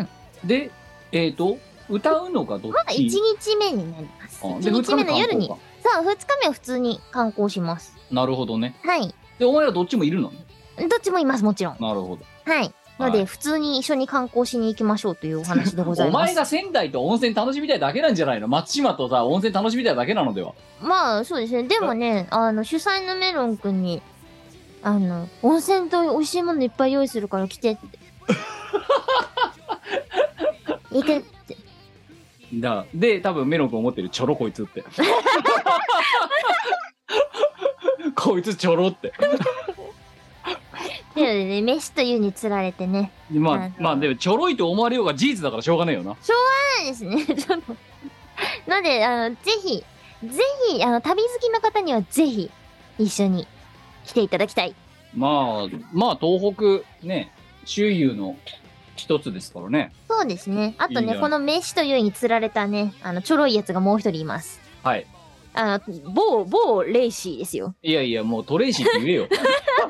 で、歌うのがどっち？ 1 日目になります。1日目の夜に。そう、2日目は普通に観光します。 なるほどね。 はい。 で、お前らどっちもいるの？ どっちもいます、もちろん。 なるほど。 はい。ので、普通に一緒に観光しに行きましょうというお話でございます。 お前が仙台と温泉楽しみたいだけなんじゃないの？松島とさ、温泉楽しみたいだけなのでは？ まあ、そうですね。でもね、主催のメロンくんに、温泉と美味しいものいっぱい用意するから来てって。行くって。 で、多分メロンくん思ってる、ちょろこいつって。こいつちょろって。 でね、飯と湯に釣られてね。 まあでもちょろいと思われようが事実だからしょうがないよな。 しょうがないですね。ちょっと。なので、ぜひ、旅好きの方にはぜひ、一緒に来ていただきたい。 まあ、東北ね、周遊の一つですからね。 そうですね。あとね、 いいねこの飯というに釣られたね、ちょろいやつがもう一人います。 はい。 某レイシーですよ。 いやいや、もうトレイシーって言えよ。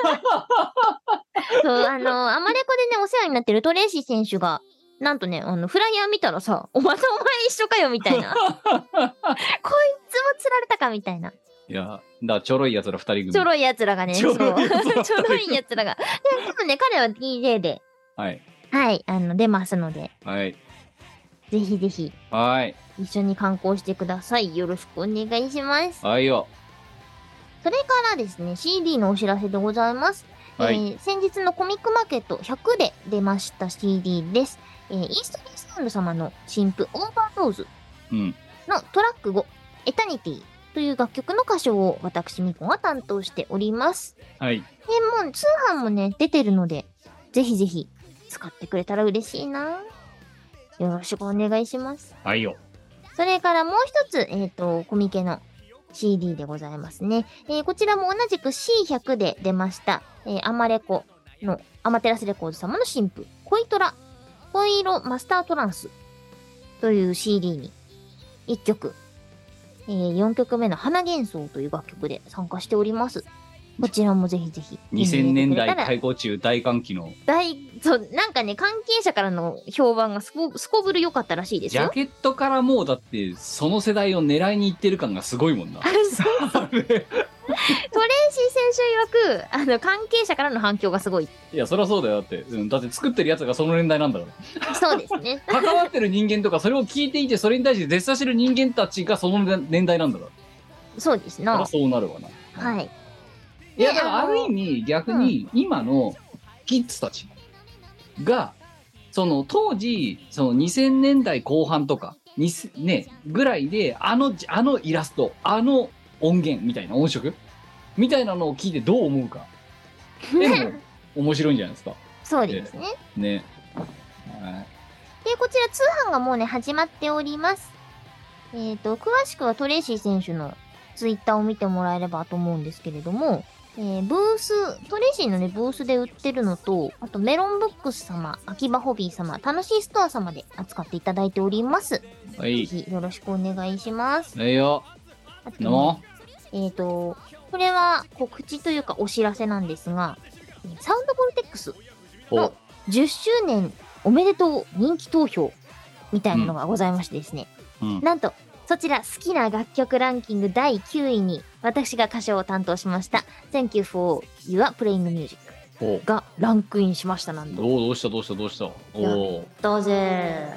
そう、アマレコでね、お世話になってるトレイシー選手が、なんとね、フライヤー見たらさ、またお前一緒かよ、みたいな。こいつも釣られたか、みたいな。 いや、だからちょろい奴ら二人組。 ちょろい奴らがね、そう。ちょちょろい奴ら二人組ろい奴らが。で、多分ね、彼は DJ で、 はい。 はい、出ますので、 はい。 ぜひぜひ、 はい。 一緒に観光してください。よろしくお願いします。 はいよ。 それからですね、CD のお知らせでございます。 はい先日のコミックマーケット100で出ました CD です。イーストリーサウンド様の新譜オーバードーズうん。 のトラック5、エタニティという楽曲の歌唱を私、ミコが担当しております。 はい。 で、もう通販もね、出てるので、ぜひぜひ使ってくれたら嬉しいな。よろしくお願いします。 はいよ。 それからもう一つ、コミケの CD でございますね。こちらも同じく C100 で出ました、アマレコのアマテラスレコード様の新譜、恋トラ、恋色マスタートランスという CD に1曲、4曲目の花幻想という楽曲で参加しております。こちらもぜひぜひ。 2000年代開校中大歓喜の。 そう、なんかね、関係者からの評判がすこぶる良かったらしいですよ。 ジャケットからもうだってその世代を狙いに行ってる感がすごいもんな。 トレイシー選手曰く、関係者からの反響がすごい。 いや、そりゃそうだよ。だって、だって作ってるやつがその年代なんだかそうですね。 ら。関わってる人間とか、それを聞いていて、それに対して絶賛してる人間たちがその年代なんだから。 そうですな。 そりゃそうなるわな。 はい。 いや、だからある意味、逆に、今のキッズたちが、その当時、その2000年代後半とか、ね、ぐらいで、あのイラスト、あの音源みたいな音色みたいなのを聞いてどう思うか。でも、面白いんじゃないですか。 そうですね。 ね。 で、こちら通販がもうね、始まっております。詳しくはトレイシー選手のツイッターを見てもらえればと思うんですけれども、ブース、トレイシーのね、ブースで売ってるのと、あとメロンブックス様、秋葉ホビー様、楽しいストア様で扱っていただいております。 はい。 ぜひよろしくお願いします。 いいよ。 あとどうも。 これは告知というかお知らせなんですが、サウンドボルテックスの10周年おめでとう人気投票みたいなのがございましてですね。 うん。 なんと、そちら好きな楽曲ランキング第9位に私が歌唱を担当しました Thank you for your playing music がランクインしました。なんと。 どうしたおお。 どうぜ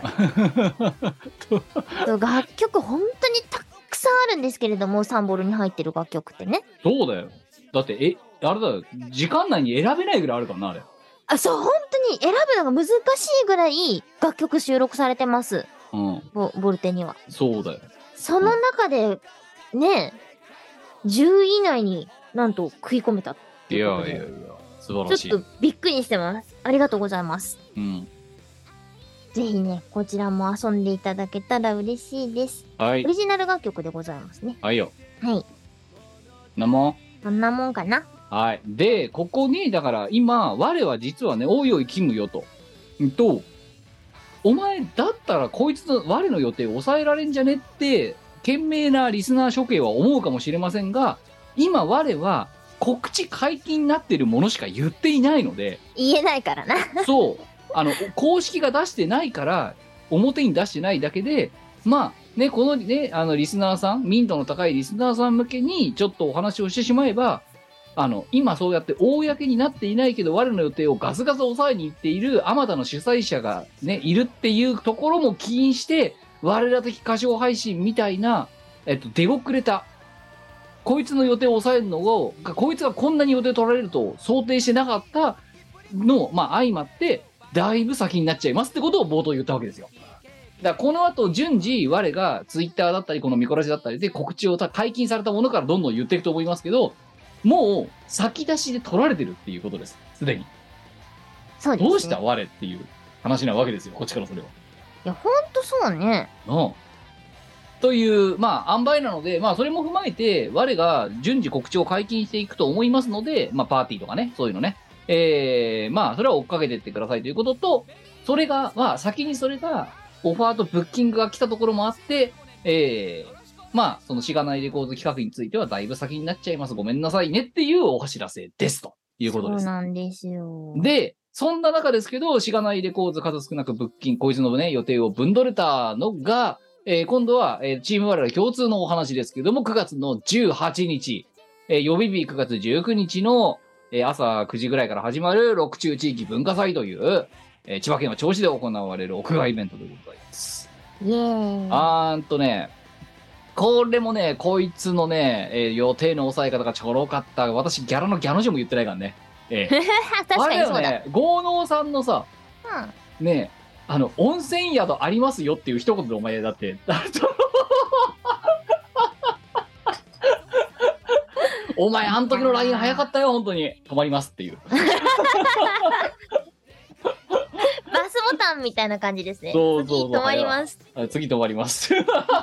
楽曲本当にたくさんあるんですけれども、サンボルに入ってる楽曲ってね。 そうだよ。だって、あれだよ。時間内に選べないぐらいあるからな、あれ。 そう、本当に選ぶのが難しいぐらい楽曲収録されてます。 うん。 ボルテには。 そうだよ。 その中で、ね、10位以内になんと食い込めたっていうことで。 いや、素晴らしい。 ちょっとびっくりしてます。ありがとうございます。 うん。 ぜひね、こちらも遊んでいただけたら嬉しいです。 はい。 オリジナル楽曲でございますね。 はいよ。 はい。そんなもんかな。 はい。で、ここに、だから今、我は実はね、おいおいキムよと。お前だったらこいつの我の予定を抑えられんじゃねって、賢明なリスナー諸兄は思うかもしれませんが、今我は告知解禁になってるものしか言っていないので、 言えないからな。 そう、公式が出してないから、表に出してないだけで、まあ、ね、このね、リスナーさん、民度の高いリスナーさん向けに、ちょっとお話をしてしまえば、今そうやって公になっていないけど、我の予定をガスガス抑えに行っている、あまたの主催者がね、いるっていうところも起因して、我ら的歌唱配信みたいな、出遅れた、こいつの予定を抑えるのを、こいつがこんなに予定取られると想定してなかったのを、まあ相まって、だいぶ先になっちゃいますってことを冒頭言ったわけですよ。だからこの後順次我がツイッターだったりこのミコラジだったりで告知を解禁されたものからどんどん言っていくと思いますけど、もう先出しで取られてるっていうことです。すでに。 そうですね。 どうした我っていう話なわけですよ。こっちからそれは。 いや、ほんとそうね。 うん。という、まあ、塩梅なので、まあ、それも踏まえて、我が順次告知を解禁していくと思いますので、まあ、パーティーとかね、そういうのね。まあ、それは追っかけてってくださいということと、 それが、先にそれが、オファーとブッキングが来たところもあって、そのしがないレコード企画についてはだいぶ先になっちゃいます。ごめんなさいねっていうお知らせです。ということです。 そうなんですよ。 で、そんな中ですけど、しがないレコード数少なくブッキング、こいつのね、予定をぶんどれたのが、今度は、チーム我々共通のお話ですけども、9月の18日、予備日9月19日の、朝9時ぐらいから始まる六中地域文化祭という、千葉県は銚子で行われる屋外イベントでございます。 イエーイ。 これもね、こいつのね、予定の抑え方がちょろかった。私、ギャラのギャの字も言ってないからね。 確かにそうだ。 あれよね、豪農さんのさ、ね温泉宿ありますよっていう一言でお前だって、お前、あの時の LINE 早かったよ、本当に。止まりますっていう。 バスボタンみたいな感じですね。 そう次止まります。 次止まります。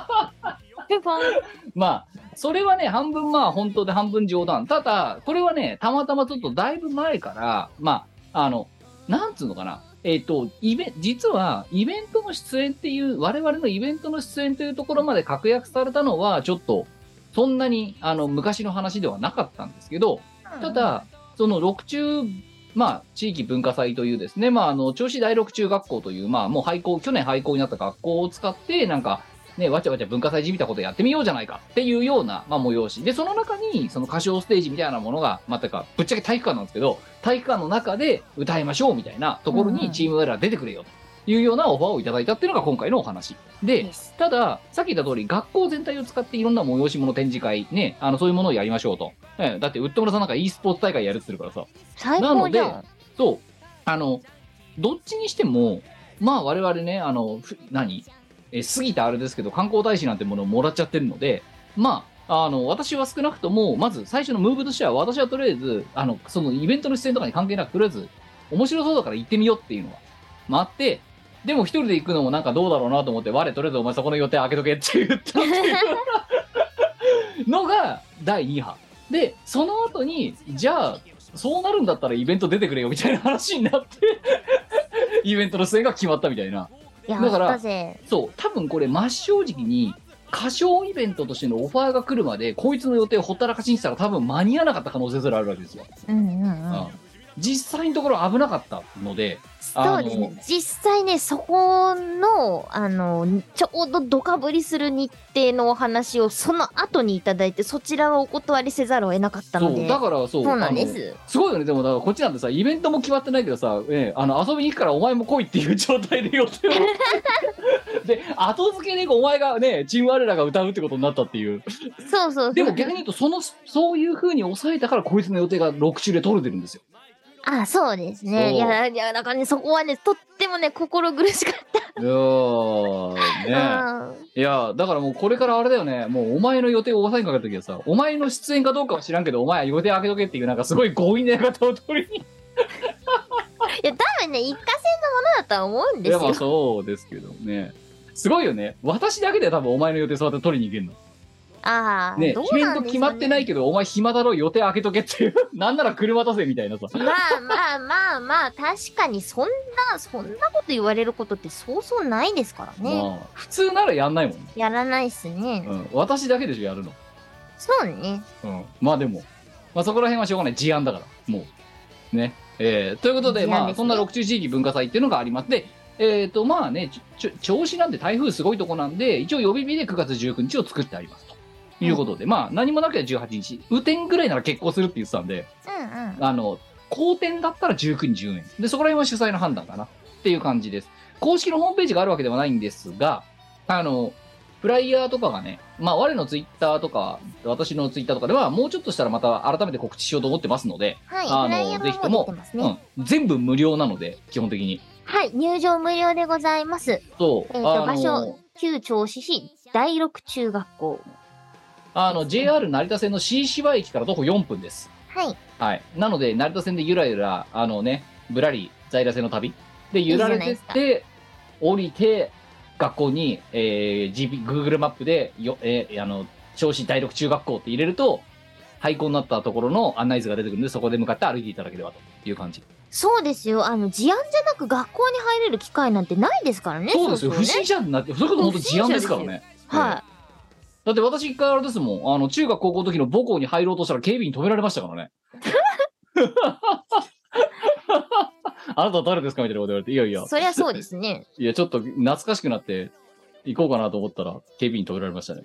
それはね、半分本当で半分冗談。ただ、これはね、たまたまちょっとだいぶ前から、なんつうのかな。実は、イベントの出演っていう、我々のイベントの出演というところまで確約されたのは、ちょっと、そんなに、昔の話ではなかったんですけど、ただ、その六中、地域文化祭というですね、銚子第六中学校という、もう去年廃校になった学校を使って、なんか、ね、わちゃわちゃ文化祭じみたことやってみようじゃないかっていうような、催し。で、その中に、その歌唱ステージみたいなものが、ぶっちゃけ体育館なんですけど、体育館の中で歌いましょうみたいなところにチーム我ら出てくれよというようなオファーをいただいたっていうのが今回のお話。で、ただ、さっき言った通り、学校全体を使っていろんな催し物展示会、ね、そういうものをやりましょうと。だって、ウッド村さんなんか e スポーツ大会やるって言ってるからさ。 最高じゃん。 なので、そう、どっちにしても、我々ね、過ぎたあれですけど、観光大使なんてものをもらっちゃってるので、私は少なくとも、まず最初のムーブとしては、私はとりあえず、そのイベントの出演とかに関係なく、とりあえず、面白そうだから行ってみようっていうのが、あって、でも一人で行くのもなんかどうだろうなと思って、とりあえずお前そこの予定開けとけって言ったっていうのが第2波。で、その後に、じゃあ、そうなるんだったらイベント出てくれよみたいな話になって、イベントの出演が決まったみたいな。だから、そう、多分これ真っ正直に、歌唱イベントとしてのオファーが来るまで、こいつの予定をほったらかしにしたら多分間に合わなかった可能性すらあるわけですよ。実際のところ危なかったので、 そうですね。実際ね、そこの、ちょうどドカぶりする日程のお話をその後にいただいて、そちらはお断りせざるを得なかったので。 そう、だからそうなんです。 すごいよね。でも、だからこっちなんてさ、イベントも決まってないけどさ、遊びに行くからお前も来いっていう状態で予定を。で、後付けでお前がね、チーム我らが歌うってことになったっていう。 そう。 でも逆に言うと、そういう風に抑えたからこいつの予定が6週で取れてるんですよ。 そうですね。いや、だからね、そこはね、とってもね、心苦しかった。 いや、だからもうこれからあれだよね、もうお前の予定を抑えにかけた時はさ、お前の出演かどうかは知らんけど、お前は予定開けとけっていう、なんかすごい強引な方を取りに。いや、多分ね、一過性のものだとは思うんですよ。 いや、そうですけどね。すごいよね。私だけで多分お前の予定そうやって取りに行けんの。 ね、 イベント決まってないけど、お前暇だろ、予定開けとけっていう。なんなら車出せみたいなさ。 確かにそんなこと言われることってそうそうないですからね。 普通ならやんないもんね。 やらないっすね。 私だけでしょ、やるの。 そうね。 でも、そこら辺はしょうがない。事案だから、もう。ね。ということで、そんな六中地域文化祭っていうのがあります。で、銚子なんで台風すごいとこなんで、一応予備日で9月19日を作ってありますと。いうことで、何もなければ18日、雨天ぐらいなら決行するって言ってたんで、好天だったら19日10円。で、そこら辺は主催の判断かなっていう感じです。公式のホームページがあるわけではないんですが、フライヤーとかがね、我のツイッターとか、私のツイッターとかでは、もうちょっとしたらまた改めて告知しようと思ってますので、ぜひとも、全部無料なので、基本的に。 はい、入場無料でございます。 そう。 場所、旧銚子市第六中学校。 JR 成田線の新芝駅から徒歩4分です。 はい。 なので、成田線でゆらゆら、ぶらり在来線の旅で揺られてって、降りて、学校に、Google マップで、銚子第六中学校って入れると、廃校になったところの案内図が出てくるんで、そこで向かって歩いていただければという感じ。 そうですよ。事案じゃなく学校に入れる機会なんてないですからね。 そうですよ、 そうね不審者になって、それこそ本当事案ですからね。 はだって私一回あれですもん、中学高校の時の母校に入ろうとしたら警備に止められましたからね。あなたは誰ですかみたいなこと言われて、いやいやい。、そりゃそうですね。 いや、ちょっと懐かしくなって行こうかなと思ったら、警備に止められましたね。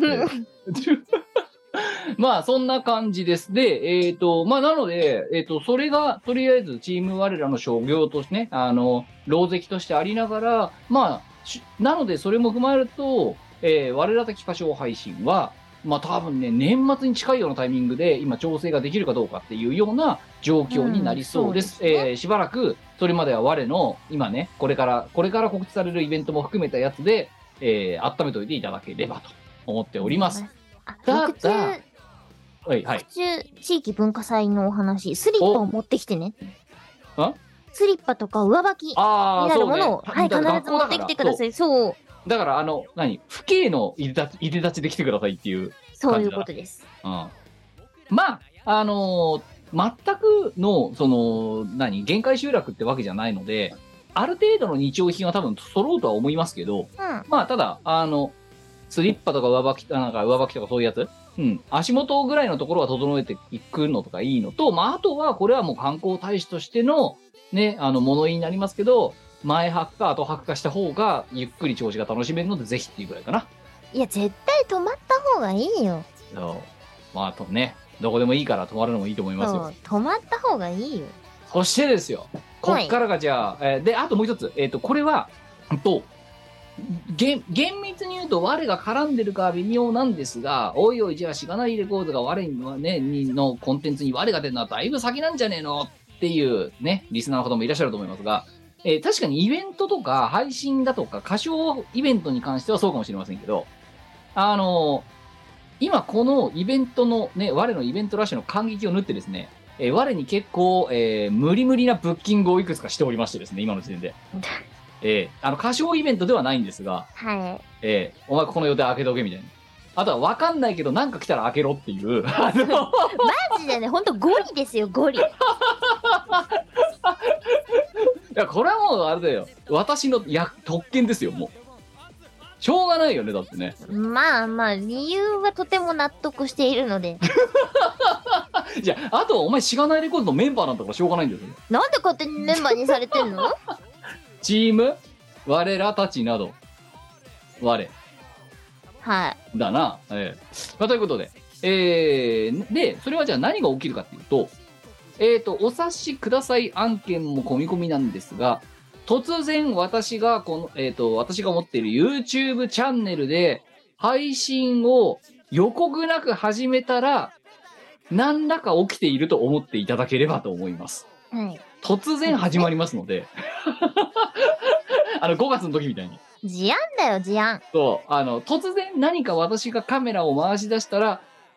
まあ、そんな感じです。で、まあ、なので、それが、とりあえず、チーム我らの商業としてね、狼藉としてありながら、まあ、なので、それも踏まえると、我ら的歌唱配信は、まあ、多分ね、年末に近いようなタイミングで、今、調整ができるかどうかっていうような状況になりそうです。 そうですねしばらく、それまでは我の、今ね、これから告知されるイベントも含めたやつで、温めといていただければと思っております。た特だ注、 はい、はい。 特注地域文化祭のお話、スリッパを持ってきてね。スリッパとか上履きにああ、 なるそうね。 ものを、はい、必ず持ってきてください。そう。 だから、不敬のいで立ちで来てくださいっていうそういうことです。 うん。まあ、全くの、限界集落ってわけじゃないので、ある程度の日用品は多分揃うとは思いますけど、 うん。 まあ、ただ、スリッパとか上履きとかそういうやつ、うん、足元ぐらいのところは整えていくのとかいいのと、まあ、あとはこれはもう観光大使としての、ね、物言いになりますけど、前履くか後履くかした方が、ゆっくり調子が楽しめるので、ぜひっていうぐらいかな。 いや、絶対止まった方がいいよ。 そうまあ、どこでもいいから泊まるのもいいと思いますよ。 止まった方がいいよ。 そしてですよ、こっからがじゃあ、で、あともう一つ、これは、厳密に言うと我が絡んでるかは微妙なんですが、おいおい、じゃあしがないレコードが我にはね、のコンテンツに我が出るのはだいぶ先なんじゃねえのっていうね、リスナーの方もいらっしゃると思いますが、確かにイベントとか配信だとか歌唱イベントに関してはそうかもしれませんけど、今このイベントのね、我のイベントラッシュの感激を縫ってですね、我に結構、無理無理なブッキングをいくつかしておりましてですね、今の時点で。歌唱イベントではないんですが、 はい。 お前この予定開けとけみたいな。あとは分かんないけど、なんか来たら開けろっていう。 マジでね、ほんとゴリですよ、ゴリ。 いや、これはもうあれだよ。私の特権ですよ、もう。しょうがないよね、だってね。 まあまあ、理由はとても納得しているので。 じゃあ、あとはお前しがないレコードのメンバーなんだからしょうがないんだよ。 なんで勝手にメンバーにされてんの？ チーム我らたちなど我はい。 だな、まあ、ということで、でそれはじゃあ何が起きるかっていうと、お察しください案件も込み込みなんですが、突然私が私が持っている YouTube チャンネルで配信を予告なく始めたら何らか起きていると思っていただければと思います。 はい。 突然始まりますので5月の時みたいに事案だよ、事案。 そう突然何か私がカメラを回し出したら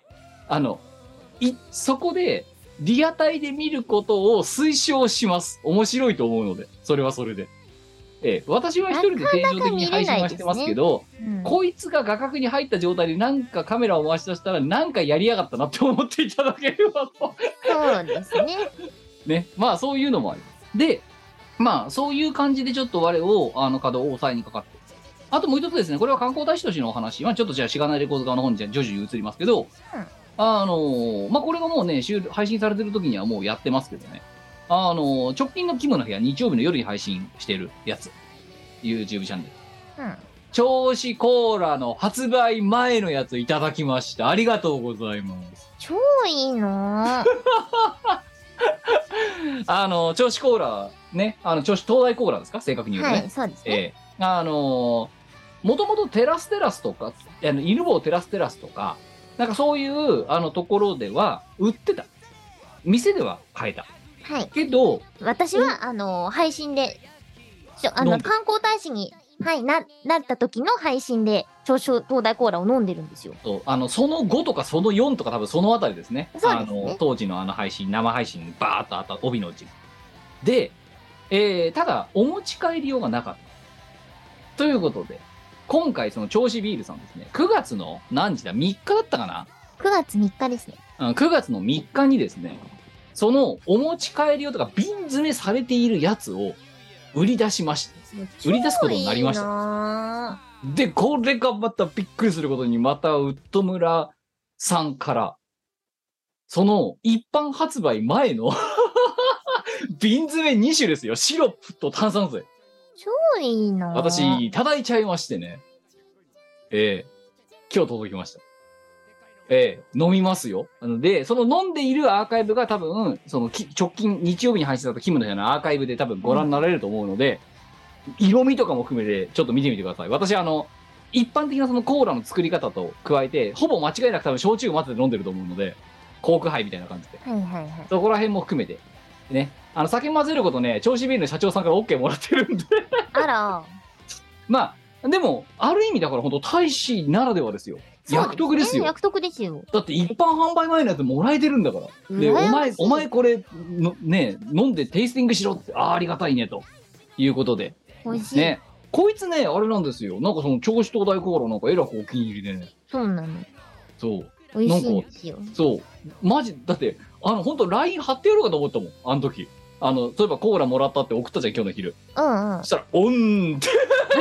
そこでリアタイで見ることを推奨します。面白いと思うので、それはそれで。私は一人で定常的に配信はしてますけど、こいつが画角に入った状態でなんかカメラを回し出したらなんかやりやがったなって思っていただければと。 そうですね。 ね、まあそういうのもあります。で、まあそういう感じでちょっと我を稼働を抑えにかかって。あともう一つですね、これは観光大使としてのお話、まあちょっとじゃあしがないレコード側の方にじゃあ徐々に移りますけど、まあこれがもうね、配信されてる時にはもうやってますけどね。直近のキムの部屋、日曜日の夜に配信してるやつ。YouTube チャンネル。銚子コーラの発売前のやついただきました。ありがとうございます。 超いいな銚子コーラ、ね、銚子東大コーラですか正確に言うとね。 はい、そうですね。 もともとテラスとか、犬坊テラスとか、なんかそういうところでは売ってた。店では買えた。 はい。 けど、 私は、配信で、観光大使に、はい、なった時の配信で、銚子東大コーラを飲んでるんですよ。 その5とかその4とか多分そのあたりですね。 そうですね。 当時の配信、生配信、バーっとあった帯のうち。で、ただ、お持ち帰りようがなかった。ということで、今回その銚子ビールさんですね、9月の何日だ ?3 日だったかな ?9 月3日ですね。 9月の3日にですね、 そのお持ち帰り用とか瓶詰めされているやつを売り出しました。売り出すことになりました。 た。 で、これがまたびっくりすることに、またウッド村さんから、その一般発売前の瓶詰め2種ですよ。シロップと炭酸水。 超いいな。 私、いただいちゃいましてね。今日届きました。飲みますよ。で、その飲んでいるアーカイブが多分、その直近日曜日に配信だったキムの部屋のアーカイブで多分ご覧になられると思うので、色味とかも含めてちょっと見てみてください。私一般的なそのコーラの作り方と加えて、ほぼ間違いなく多分焼酎を混ぜて飲んでると思うので、コーク杯みたいな感じで。 はいはいはい。 そこら辺も含めて。ね。酒混ぜることね、銚子ビールの社長さんから OK もらってるんで。 あら。 まあ、でも、ある意味だから本当大使ならではですよ。役得ですよ。 役得ですよ。 だって一般販売前のやつもらえてるんだから。で、お前これの、ね、飲んでテイスティングしろって、ありがたいね、ということで。 美味しい。 ね。こいつね、あれなんですよ。なんかその銚子東大コーラなんかえらくお気に入りでね。 そうなの。 そう。 美味しいんですよ。 そう。マジ、だって、本当 LINE 貼ってやろうかと思ったもん、あの時。そういえばコーラもらったって送ったじゃん、今日の昼。 うんうん。 そしたら、おんって。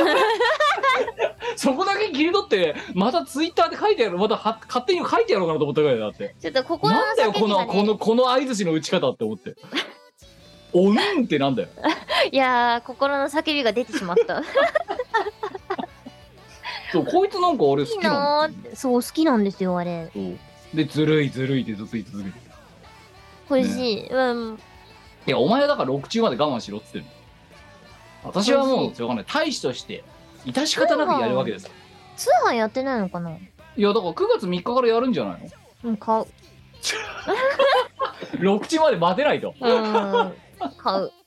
そこだけ切り取って、またツイッターで書いてやる、また勝手に書いてやろうかなと思ったぐらいだって。 ちょっと心のなんだよ、 叫びがね、 この相づちの打ち方って思って。おんってなんだよ。 いやー、心の叫びが出てしまった。 そう、こいつなんかあれ好いいきななー。そう、好きなんですよ、あれ。 そうで、ずるいってずっと言い続けて。 美味しい。うん。 いや、お前はだから6中まで我慢しろっつってる。私はもう、しょうがない。大使として、致し方なくやるわけです。 通販やってないのかな。 いや、だから9月3日からやるんじゃないの？ うん、買う。 6中まで待てないと。 買う。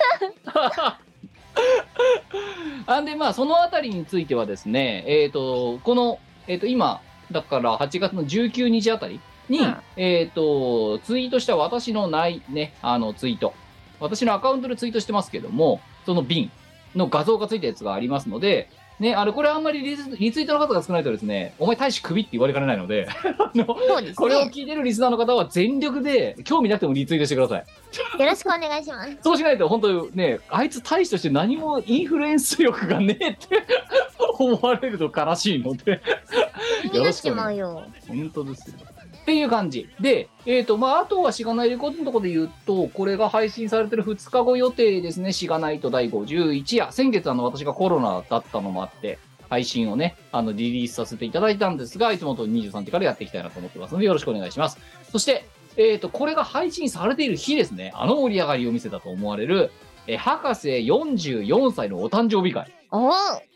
あんで、まあ、そのあたりについてはですね、この、今、だから8月の19日あたりに、 うんツイートした私のね、ツイート。私のアカウントでツイートしてますけども、その瓶の画像がついたやつがありますので、ね、これあんまりリツイートの数が少ないとですね、お前大使首って言われかねないので、 そうですね。 これを聞いてるリスナーの方は全力で、興味なくてもリツイートしてください。 よろしくお願いします。 そうしないと、本当にね、あいつ大使として何もインフルエンス力がねえって思われると悲しいので、 気になっちまうよ。 本当ですよ。っていう感じで、まあ、あとはしがないレコードのところで言うと、これが配信されてる2日後予定ですね。しがないと第51夜。先月私がコロナだったのもあって、配信をね、リリースさせていただいたんですが、いつもと23時からやっていきたいなと思ってますので、よろしくお願いします。そして、これが配信されている日ですね。盛り上がりを見せたと思われる、博士44歳のお誕生日会。 お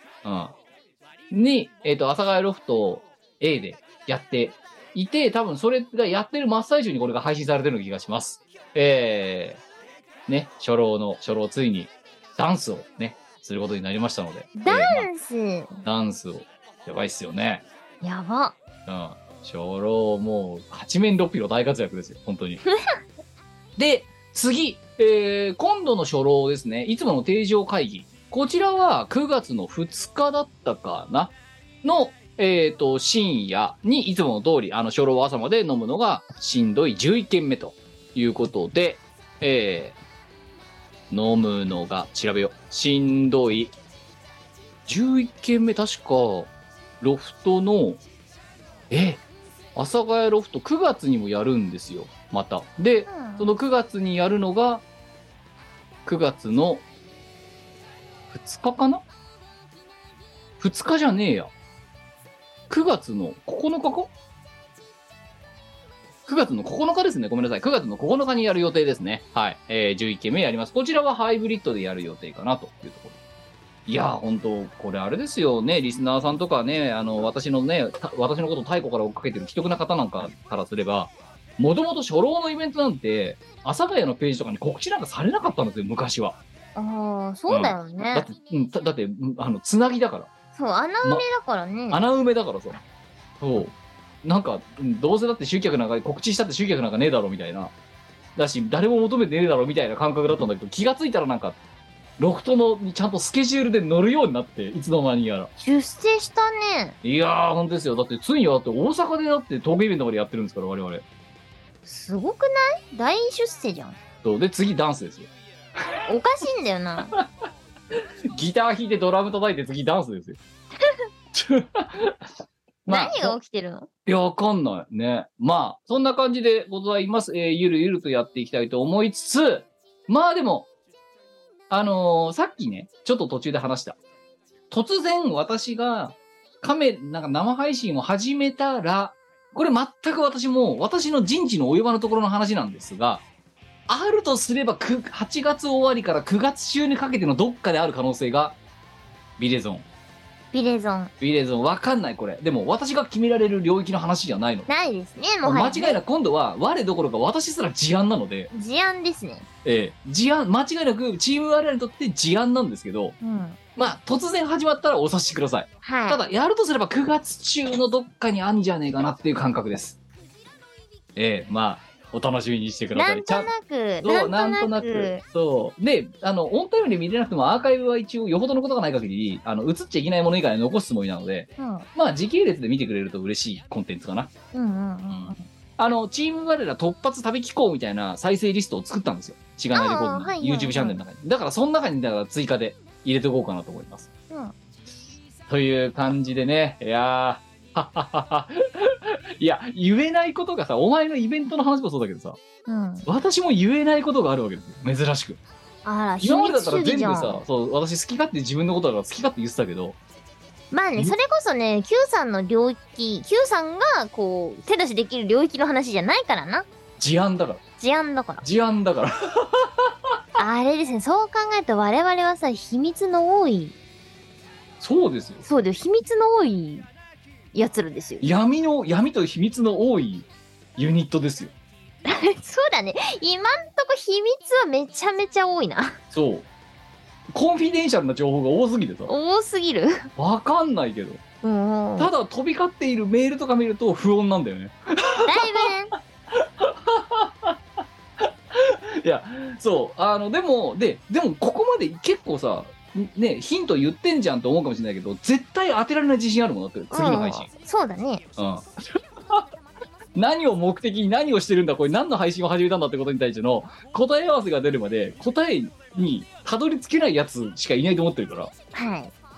に、阿佐ヶ谷ロフト A でやっていて、多分それがやってる真っ最中にこれが配信されてる気がします。ね、初老ついにダンスをね、することになりましたので。 ダンス、 を。やばいっすよね。 やば。 初老もう八面六臂の大活躍ですよ、本当に。で、次、今度の初老ですね、いつもの定常会議。こちらは9月の2日だったかなの、深夜にいつもの通り、初老朝まで飲むのがしんどい11軒目ということで、飲むのが、調べよう。しんどい。11軒目、確か、ロフトの、阿佐ヶ谷ロフト9月にもやるんですよ、また。で、その9月にやるのが、9月の2日かな ?2 日じゃねえや。9月の9日か ?9 月の9日ですね。ごめんなさい。9月の9日にやる予定ですね。はい。11件目やります。こちらはハイブリッドでやる予定かなというところ。いやー、ほんと、これあれですよね。リスナーさんとかね、私のこと太鼓から追っかけてる既得な方なんかからすれば、もともと初老のイベントなんて、阿佐ヶ谷のページとかに告知なんかされなかったんですよ、昔は。 ああ、そうだよね。 だって、つなぎだから。 そう、穴埋めだからね。 穴埋めだからさ。そう。なんか、どうせだって集客なんか、告知したって集客なんかねえだろみたいな。だし、誰も求めてねえだろみたいな感覚だったんだけど、気がついたらなんか、ロフトのにちゃんとスケジュールで乗るようになって、いつの間にやら。 出世したね。 いやー、ほんとですよ。だって、ついにだって大阪でだってトークイベントまでやってるんですから、我々。 すごくない？大出世じゃん。 そうで次ダンスですよ。 おかしいんだよな。 ギター弾いてドラム叩いて次ダンスですよ。まあ、 何が起きてるの？ いや、わかんないね。まあ、そんな感じでございます。ゆるゆるとやっていきたいと思いつつ、まあでも、さっきね、ちょっと途中で話した。突然私がなんか生配信を始めたら、これ全く私の人知の及ばぬところの話なんですが、あるとすれば8月終わりから9月中にかけてのどっかである可能性が、ビレゾン。 ビレゾン。 わかんない、これ。でも私が決められる領域の話じゃないの。 ないですね、もう。 間違いなく今度は我どころか私すら事案なので。 事案ですね。 事案、間違いなくチーム我々にとって事案なんですけど、 うん。 まあ突然始まったらお察しください。 はい。 ただやるとすれば9月中のどっかにあんじゃねえかなっていう感覚です。まあお楽しみにしてください。 なんとなく、 そう、なんとなく。そう。で、オンタイムで見れなくてもアーカイブは一応よほどのことがない限り、映っちゃいけないもの以外は残すつもりなので、 うん、 まあ時系列で見てくれると嬉しいコンテンツかな。 うんうんうん。 チーム我ら突発旅機構みたいな再生リストを作ったんですよ。しがないレコードの YouTube チャンネルの中に。だからその中にだから追加で入れておこうかなと思います。 うん。 という感じでね、いやー、はははは。いや、言えないことがさ、お前のイベントの話もそうだけどさ、 うん、 私も言えないことがあるわけですよ。珍しく。 あら、 今までだったら全部秘密主義じゃん。 さ、そう、私好き勝手自分のことだから好き勝手言ってたけど。 まあね、それこそね、Q さんの領域、Q さんがこう、手出しできる領域の話じゃないからな。 事案だから。 事案だから。 事案だから。 あれですね、そう考えると我々はさ、秘密の多い。 そうですよ。 そうだよ、秘密の多い奴らですよ。 闇と秘密の多いユニットですよ。 そうだね。今んとこ秘密はめちゃめちゃ多いな。 そう。コンフィデンシャルな情報が多すぎてさ。 多すぎる。 わかんないけど。 うんうん。 ただ飛び交っているメールとか見ると不穏なんだよね。 だいぶね。 いや、そう。でもここまで結構さ、ね、ヒント言ってんじゃんと思うかもしれないけど、絶対当てられない自信あるもんだって、次の配信。 そうだね。 うん。何を目的に何をしてるんだ、これ何の配信を始めたんだってことに対しての答え合わせが出るまで答えにたどり着けないやつしかいないと思ってるから。 はい。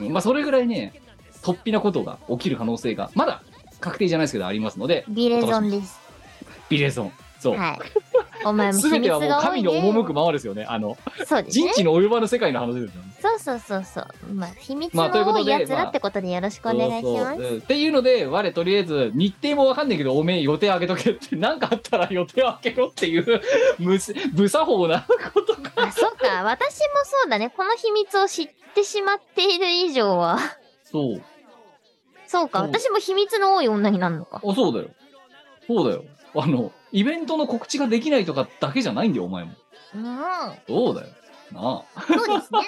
まあそれぐらいね、突飛なことが起きる可能性がまだ確定じゃないですけどありますので。 ビレゾンです。 ビレゾン。そう。 はい。お前も秘全ては密が多いね。 もう神の赴くままですよね。 そうですね。 人知の及ばぬ世界の話ですよね。 そう。まあ、秘密まあというのことで多いやつらってことでよろしくお願いします。 そうっていうので、我とりあえず日程もわかんないけど、おめえ予定あげとけって、なんかあったら予定をあげろっていう無作法なことが。 あ、そっか。私もそうだね。この秘密を知ってしまっている以上は。 そう。 そうか。私も秘密の多い女になるのか。 あ、そうだよ。そうだよ。イベントの告知ができないとかだけじゃないんだよ、お前も。 うん。 そうだよ。なあ。 そうですね。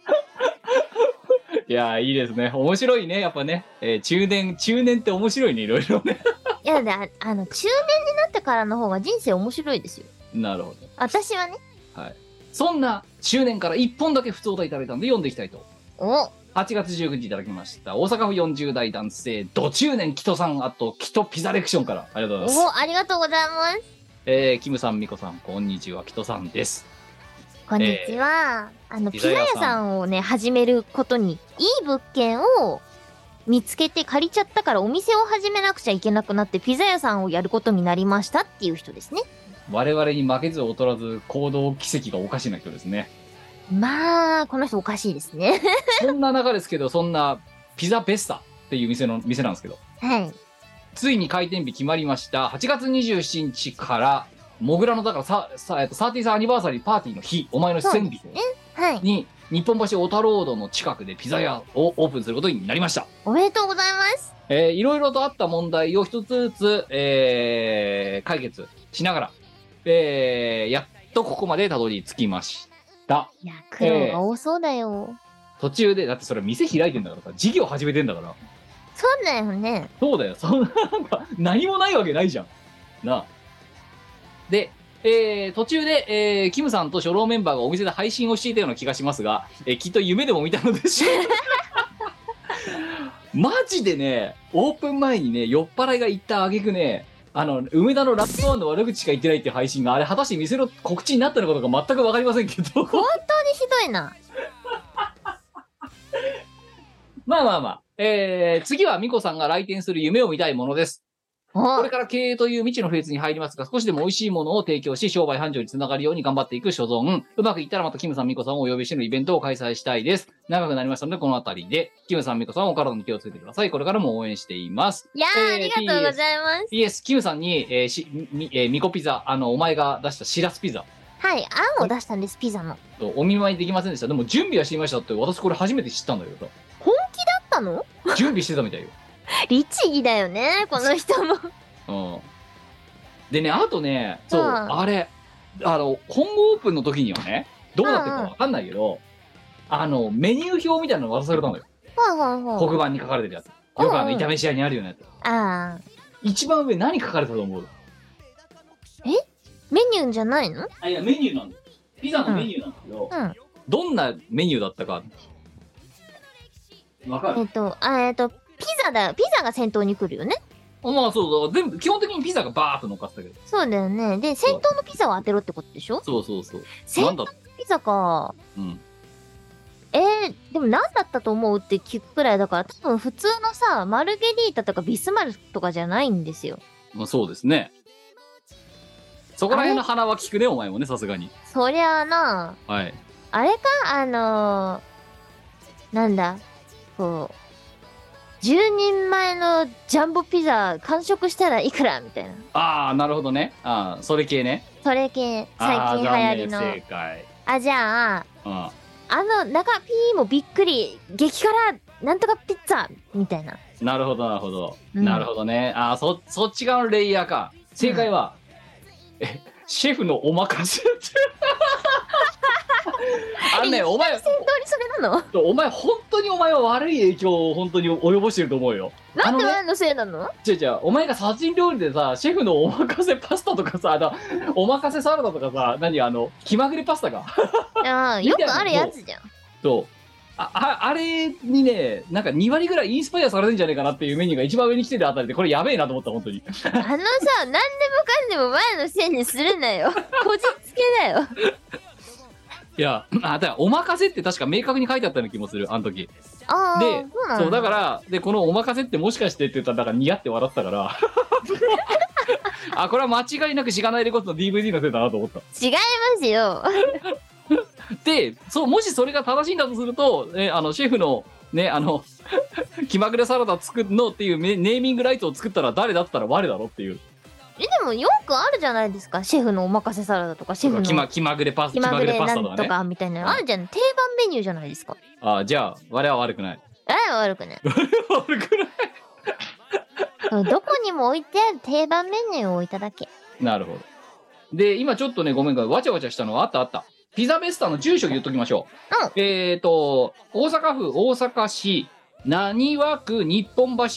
いやー、いいですね。面白いね、やっぱね。中年って面白いね、いろいろね。 いや、中年になってからの方が人生面白いですよ。 なるほど。 私はね。 はい。そんな中年から1本だけ普通お題いただいたんで読んでいきたいと。 お 8月19日いただきました。大阪府40代男性、ド中年キトさん、あとキトピザレクションから。ありがとうございます。 ありがとうございます。 キムさん、ミコさん、こんにちは、キトさんです。 こんにちは。ピザ屋さんをね、始めることに、いい物件を見つけて借りちゃったからお店を始めなくちゃいけなくなって、ピザ屋さんをやることになりましたっていう人ですね。 我々に負けず劣らず、行動奇跡がおかしな人ですね。 まあ、この人おかしいですね。 そんな中ですけど、そんなピザベスタっていう店なんですけど、 はい。 ついに開店日決まりました。8月27日から、モグラのだから30thアニバーサリーパーティーの日、お前の出演日はい。 に、日本橋オタロードの近くでピザ屋をオープンすることになりました。 おめでとうございます。 いろいろとあった問題を一つずつ、解決しながら、やっとここまでたどり着きました。 いや、苦労が多そうだよ。 途中で、だってそれ店開いてんだからさ、事業始めてんだから。 そうだよね。 そうだよ。そんな、なんか、何もないわけないじゃん。なあ。で、途中で、キムさんと初老メンバーがお店で配信をしていたような気がしますが、きっと夢でも見たのでしょう。マジでね、オープン前にね、酔っ払いが行った挙句ね、 梅田のラップワンの悪口しか言ってないっていう配信が、あれ果たして店の告知になったのかどうか全くわかりませんけど。 本当にひどいな。 まあまあまあ。次はミコさんが来店する夢を見たいものです。これから経営という未知のフェーズに入りますが、少しでも美味しいものを提供し、商売繁盛につながるように頑張っていく所存。うまくいったらまたキムさん、ミコさんをお呼びしてのイベントを開催したいです。長くなりましたので、このあたりで、キムさん、ミコさんお体に気をつけてください。これからも応援しています。 いやー、ありがとうございます。 PS、キムさんに、ミコピザ、お前が出したシラスピザ。 はい、あんを出したんです、ピザの。 お見舞いできませんでした。でも準備はしていましたって、私これ初めて知ったんだけどさ。 本気だったの？ 準備してたみたいよ。 律儀だよね、この人も。 うん。でね、あとね、そう、 うんあれ、本郷オープンの時にはね、どうなってるかわかんないけど、メニュー表みたいなの渡されたのよ。 はいはいはい。 黒板に書かれてるやつ。よく炒めし屋にあるようなやつ。 ああ。 一番上何書かれたと思う？ メニューじゃないの？ いや、メニューなんだよ。ピザのメニューなんだけど、どんなメニューだったか、わかる？ ピザだよ。ピザが先頭に来るよね。 まあそうだ、全部、基本的にピザがバーっと乗っかってたけど。 そうだよね。で、先頭のピザを当てろってことでしょ？ そうそうそう。 先頭のピザか。 うん。 でも何だったと思うって聞くくらいだから、多分普通のさ、マルゲリータとかビスマルとかじゃないんですよ。 まあそうですね。そこら辺の鼻は聞くね、お前もね、さすがに。 そりゃあな。 はい。 あれかなんだ、こう、10人前のジャンボピザ完食したらいくらみたいな。 ああ、なるほどね。ああ、それ系ね。 それ系、最近流行りの。 正解。 じゃあ、 うん。 中ピーもびっくり、激辛、なんとかピッツァみたいな。 なるほど、なるほど。 うんなるほどね。ああ、そっち側のレイヤーか。正解は、シェフのお任せって。お前、 先頭にそれなの？ お前、本当にお前は悪い影響を本当に及ぼしてると思うよ。 なんで前のせいなの？ 違う、お前が殺人料理でさ、シェフのお任せパスタとかさ、お任せサラダとかさ、気まぐれパスタか。 よくあるやつじゃん。 そう。あれにね、なんか2割ぐらいインスパイアされるんじゃねえかなっていうメニューが一番上に来てるあたりで、これやべえなと思った、本当に。 さ、何でもかんでも前のせいにするなよ。こじつけだよ。 いや、だからお任せって確か明確に書いてあったような気もする、あの時。で、そう、だから、で、このお任せってもしかしてって言ったら、だからニヤって笑ってたから、これは間違いなくしがないレコードの DVD のせいだなと思った。 違いますよ。 で、そう、もしそれが正しいんだとすると、シェフの、ね、気まぐれサラダ作るのっていうネーミングライトを作ったら誰だったら我だろっていう。 でもよくあるじゃないですか。シェフのお任せサラダとか、シェフの気まぐれパスタなんとかみたいなのあるじゃん。定番メニューじゃないですか。 じゃあ、我は悪くない。 悪くない。 悪くない。 どこにも置いてある定番メニューを置いただけ。 なるほど。で、今ちょっとね、ごめんわちゃわちゃしたのがあった。ピザベスタの住所言っときましょう。大阪府大阪市浪速区日本橋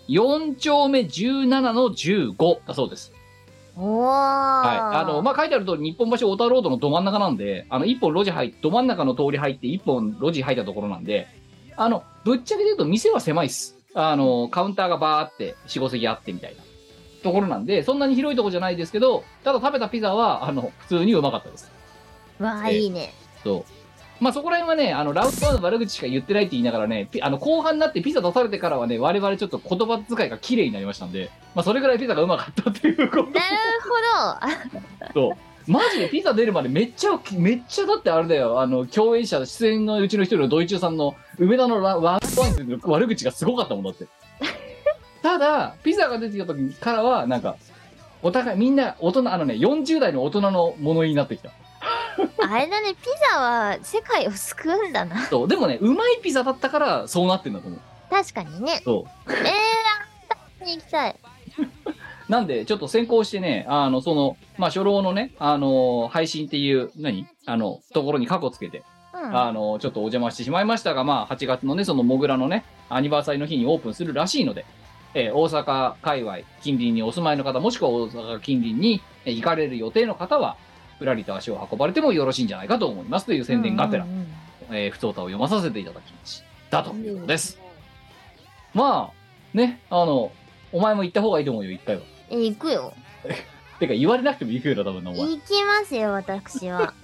4丁目17の15だそうです。はい。書いてある通り日本橋小田ロードのど真ん中なんで、一本路地入って、ど真ん中の通り入って一本路地入ったところなんで、ぶっちゃけで言うと店は狭いっす。カウンターがバーって4、5席あってみたいなところなんで、そんなに広いとこじゃないですけど、ただ食べたピザは、普通にうまかったです。 わあ、いいね。 そう。まあそこら辺はね、ラウンドワンの悪口しか言ってないって言いながらね、後半になってピザ出されてからはね、我々ちょっと言葉遣いが綺麗になりましたんで、まあそれぐらいピザがうまかったっていうこと。 なるほど。そう。マジでピザ出るまでめっちゃだってあれだよ、共演者、出演のうちの一人のドイチューさんの梅田のワンワンの悪口がすごかったもんだって。ただ、ピザが出てきた時からは、なんか、お互いみんな大人、40代の大人のものになってきた。 あれだね、ピザは世界を救うんだな。 そう、でもね、うまいピザだったからそうなってんだと思う。 確かにね。 そう。 食べに行きたい。 なんで、ちょっと先行してね、まあ、初老のね、配信っていう、ところに過去つけて、ちょっとお邪魔してしまいましたが、まあ、8月のね、そのモグラのね、アニバーサリーの日にオープンするらしいので、大阪界隈、近隣にお住まいの方、もしくは大阪近隣に行かれる予定の方は、ふらりと足を運ばれてもよろしいんじゃないかと思いますという宣伝がてら、ふつおたを読まさせていただきましたということです。まあ、ね、お前も行った方がいいと思うよ、一回は。 行くよ。 てか言われなくても行くよな、多分な、お前。 行きますよ、私は。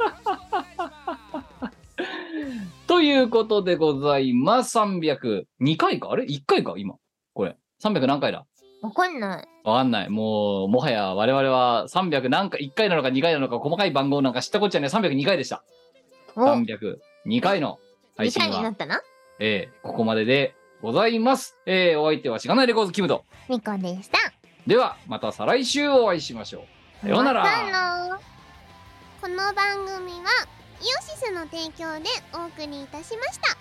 ということでございます。302回かあれ ?1 回か今。これ。300何回だわかんない。 わかんない。もう、もはや我々は300何回、1回なのか2回なのか細かい番号なんか知ったこっちゃね、302回でした。 お、 302回の配 2 信は。 回になったな。 ここまででございます。お相手はしがないレコーズキムト。 みこでした。 では、また再来週お会いしましょう。さようなら。 またのこの番組はイオシスの提供でお送りいたしました。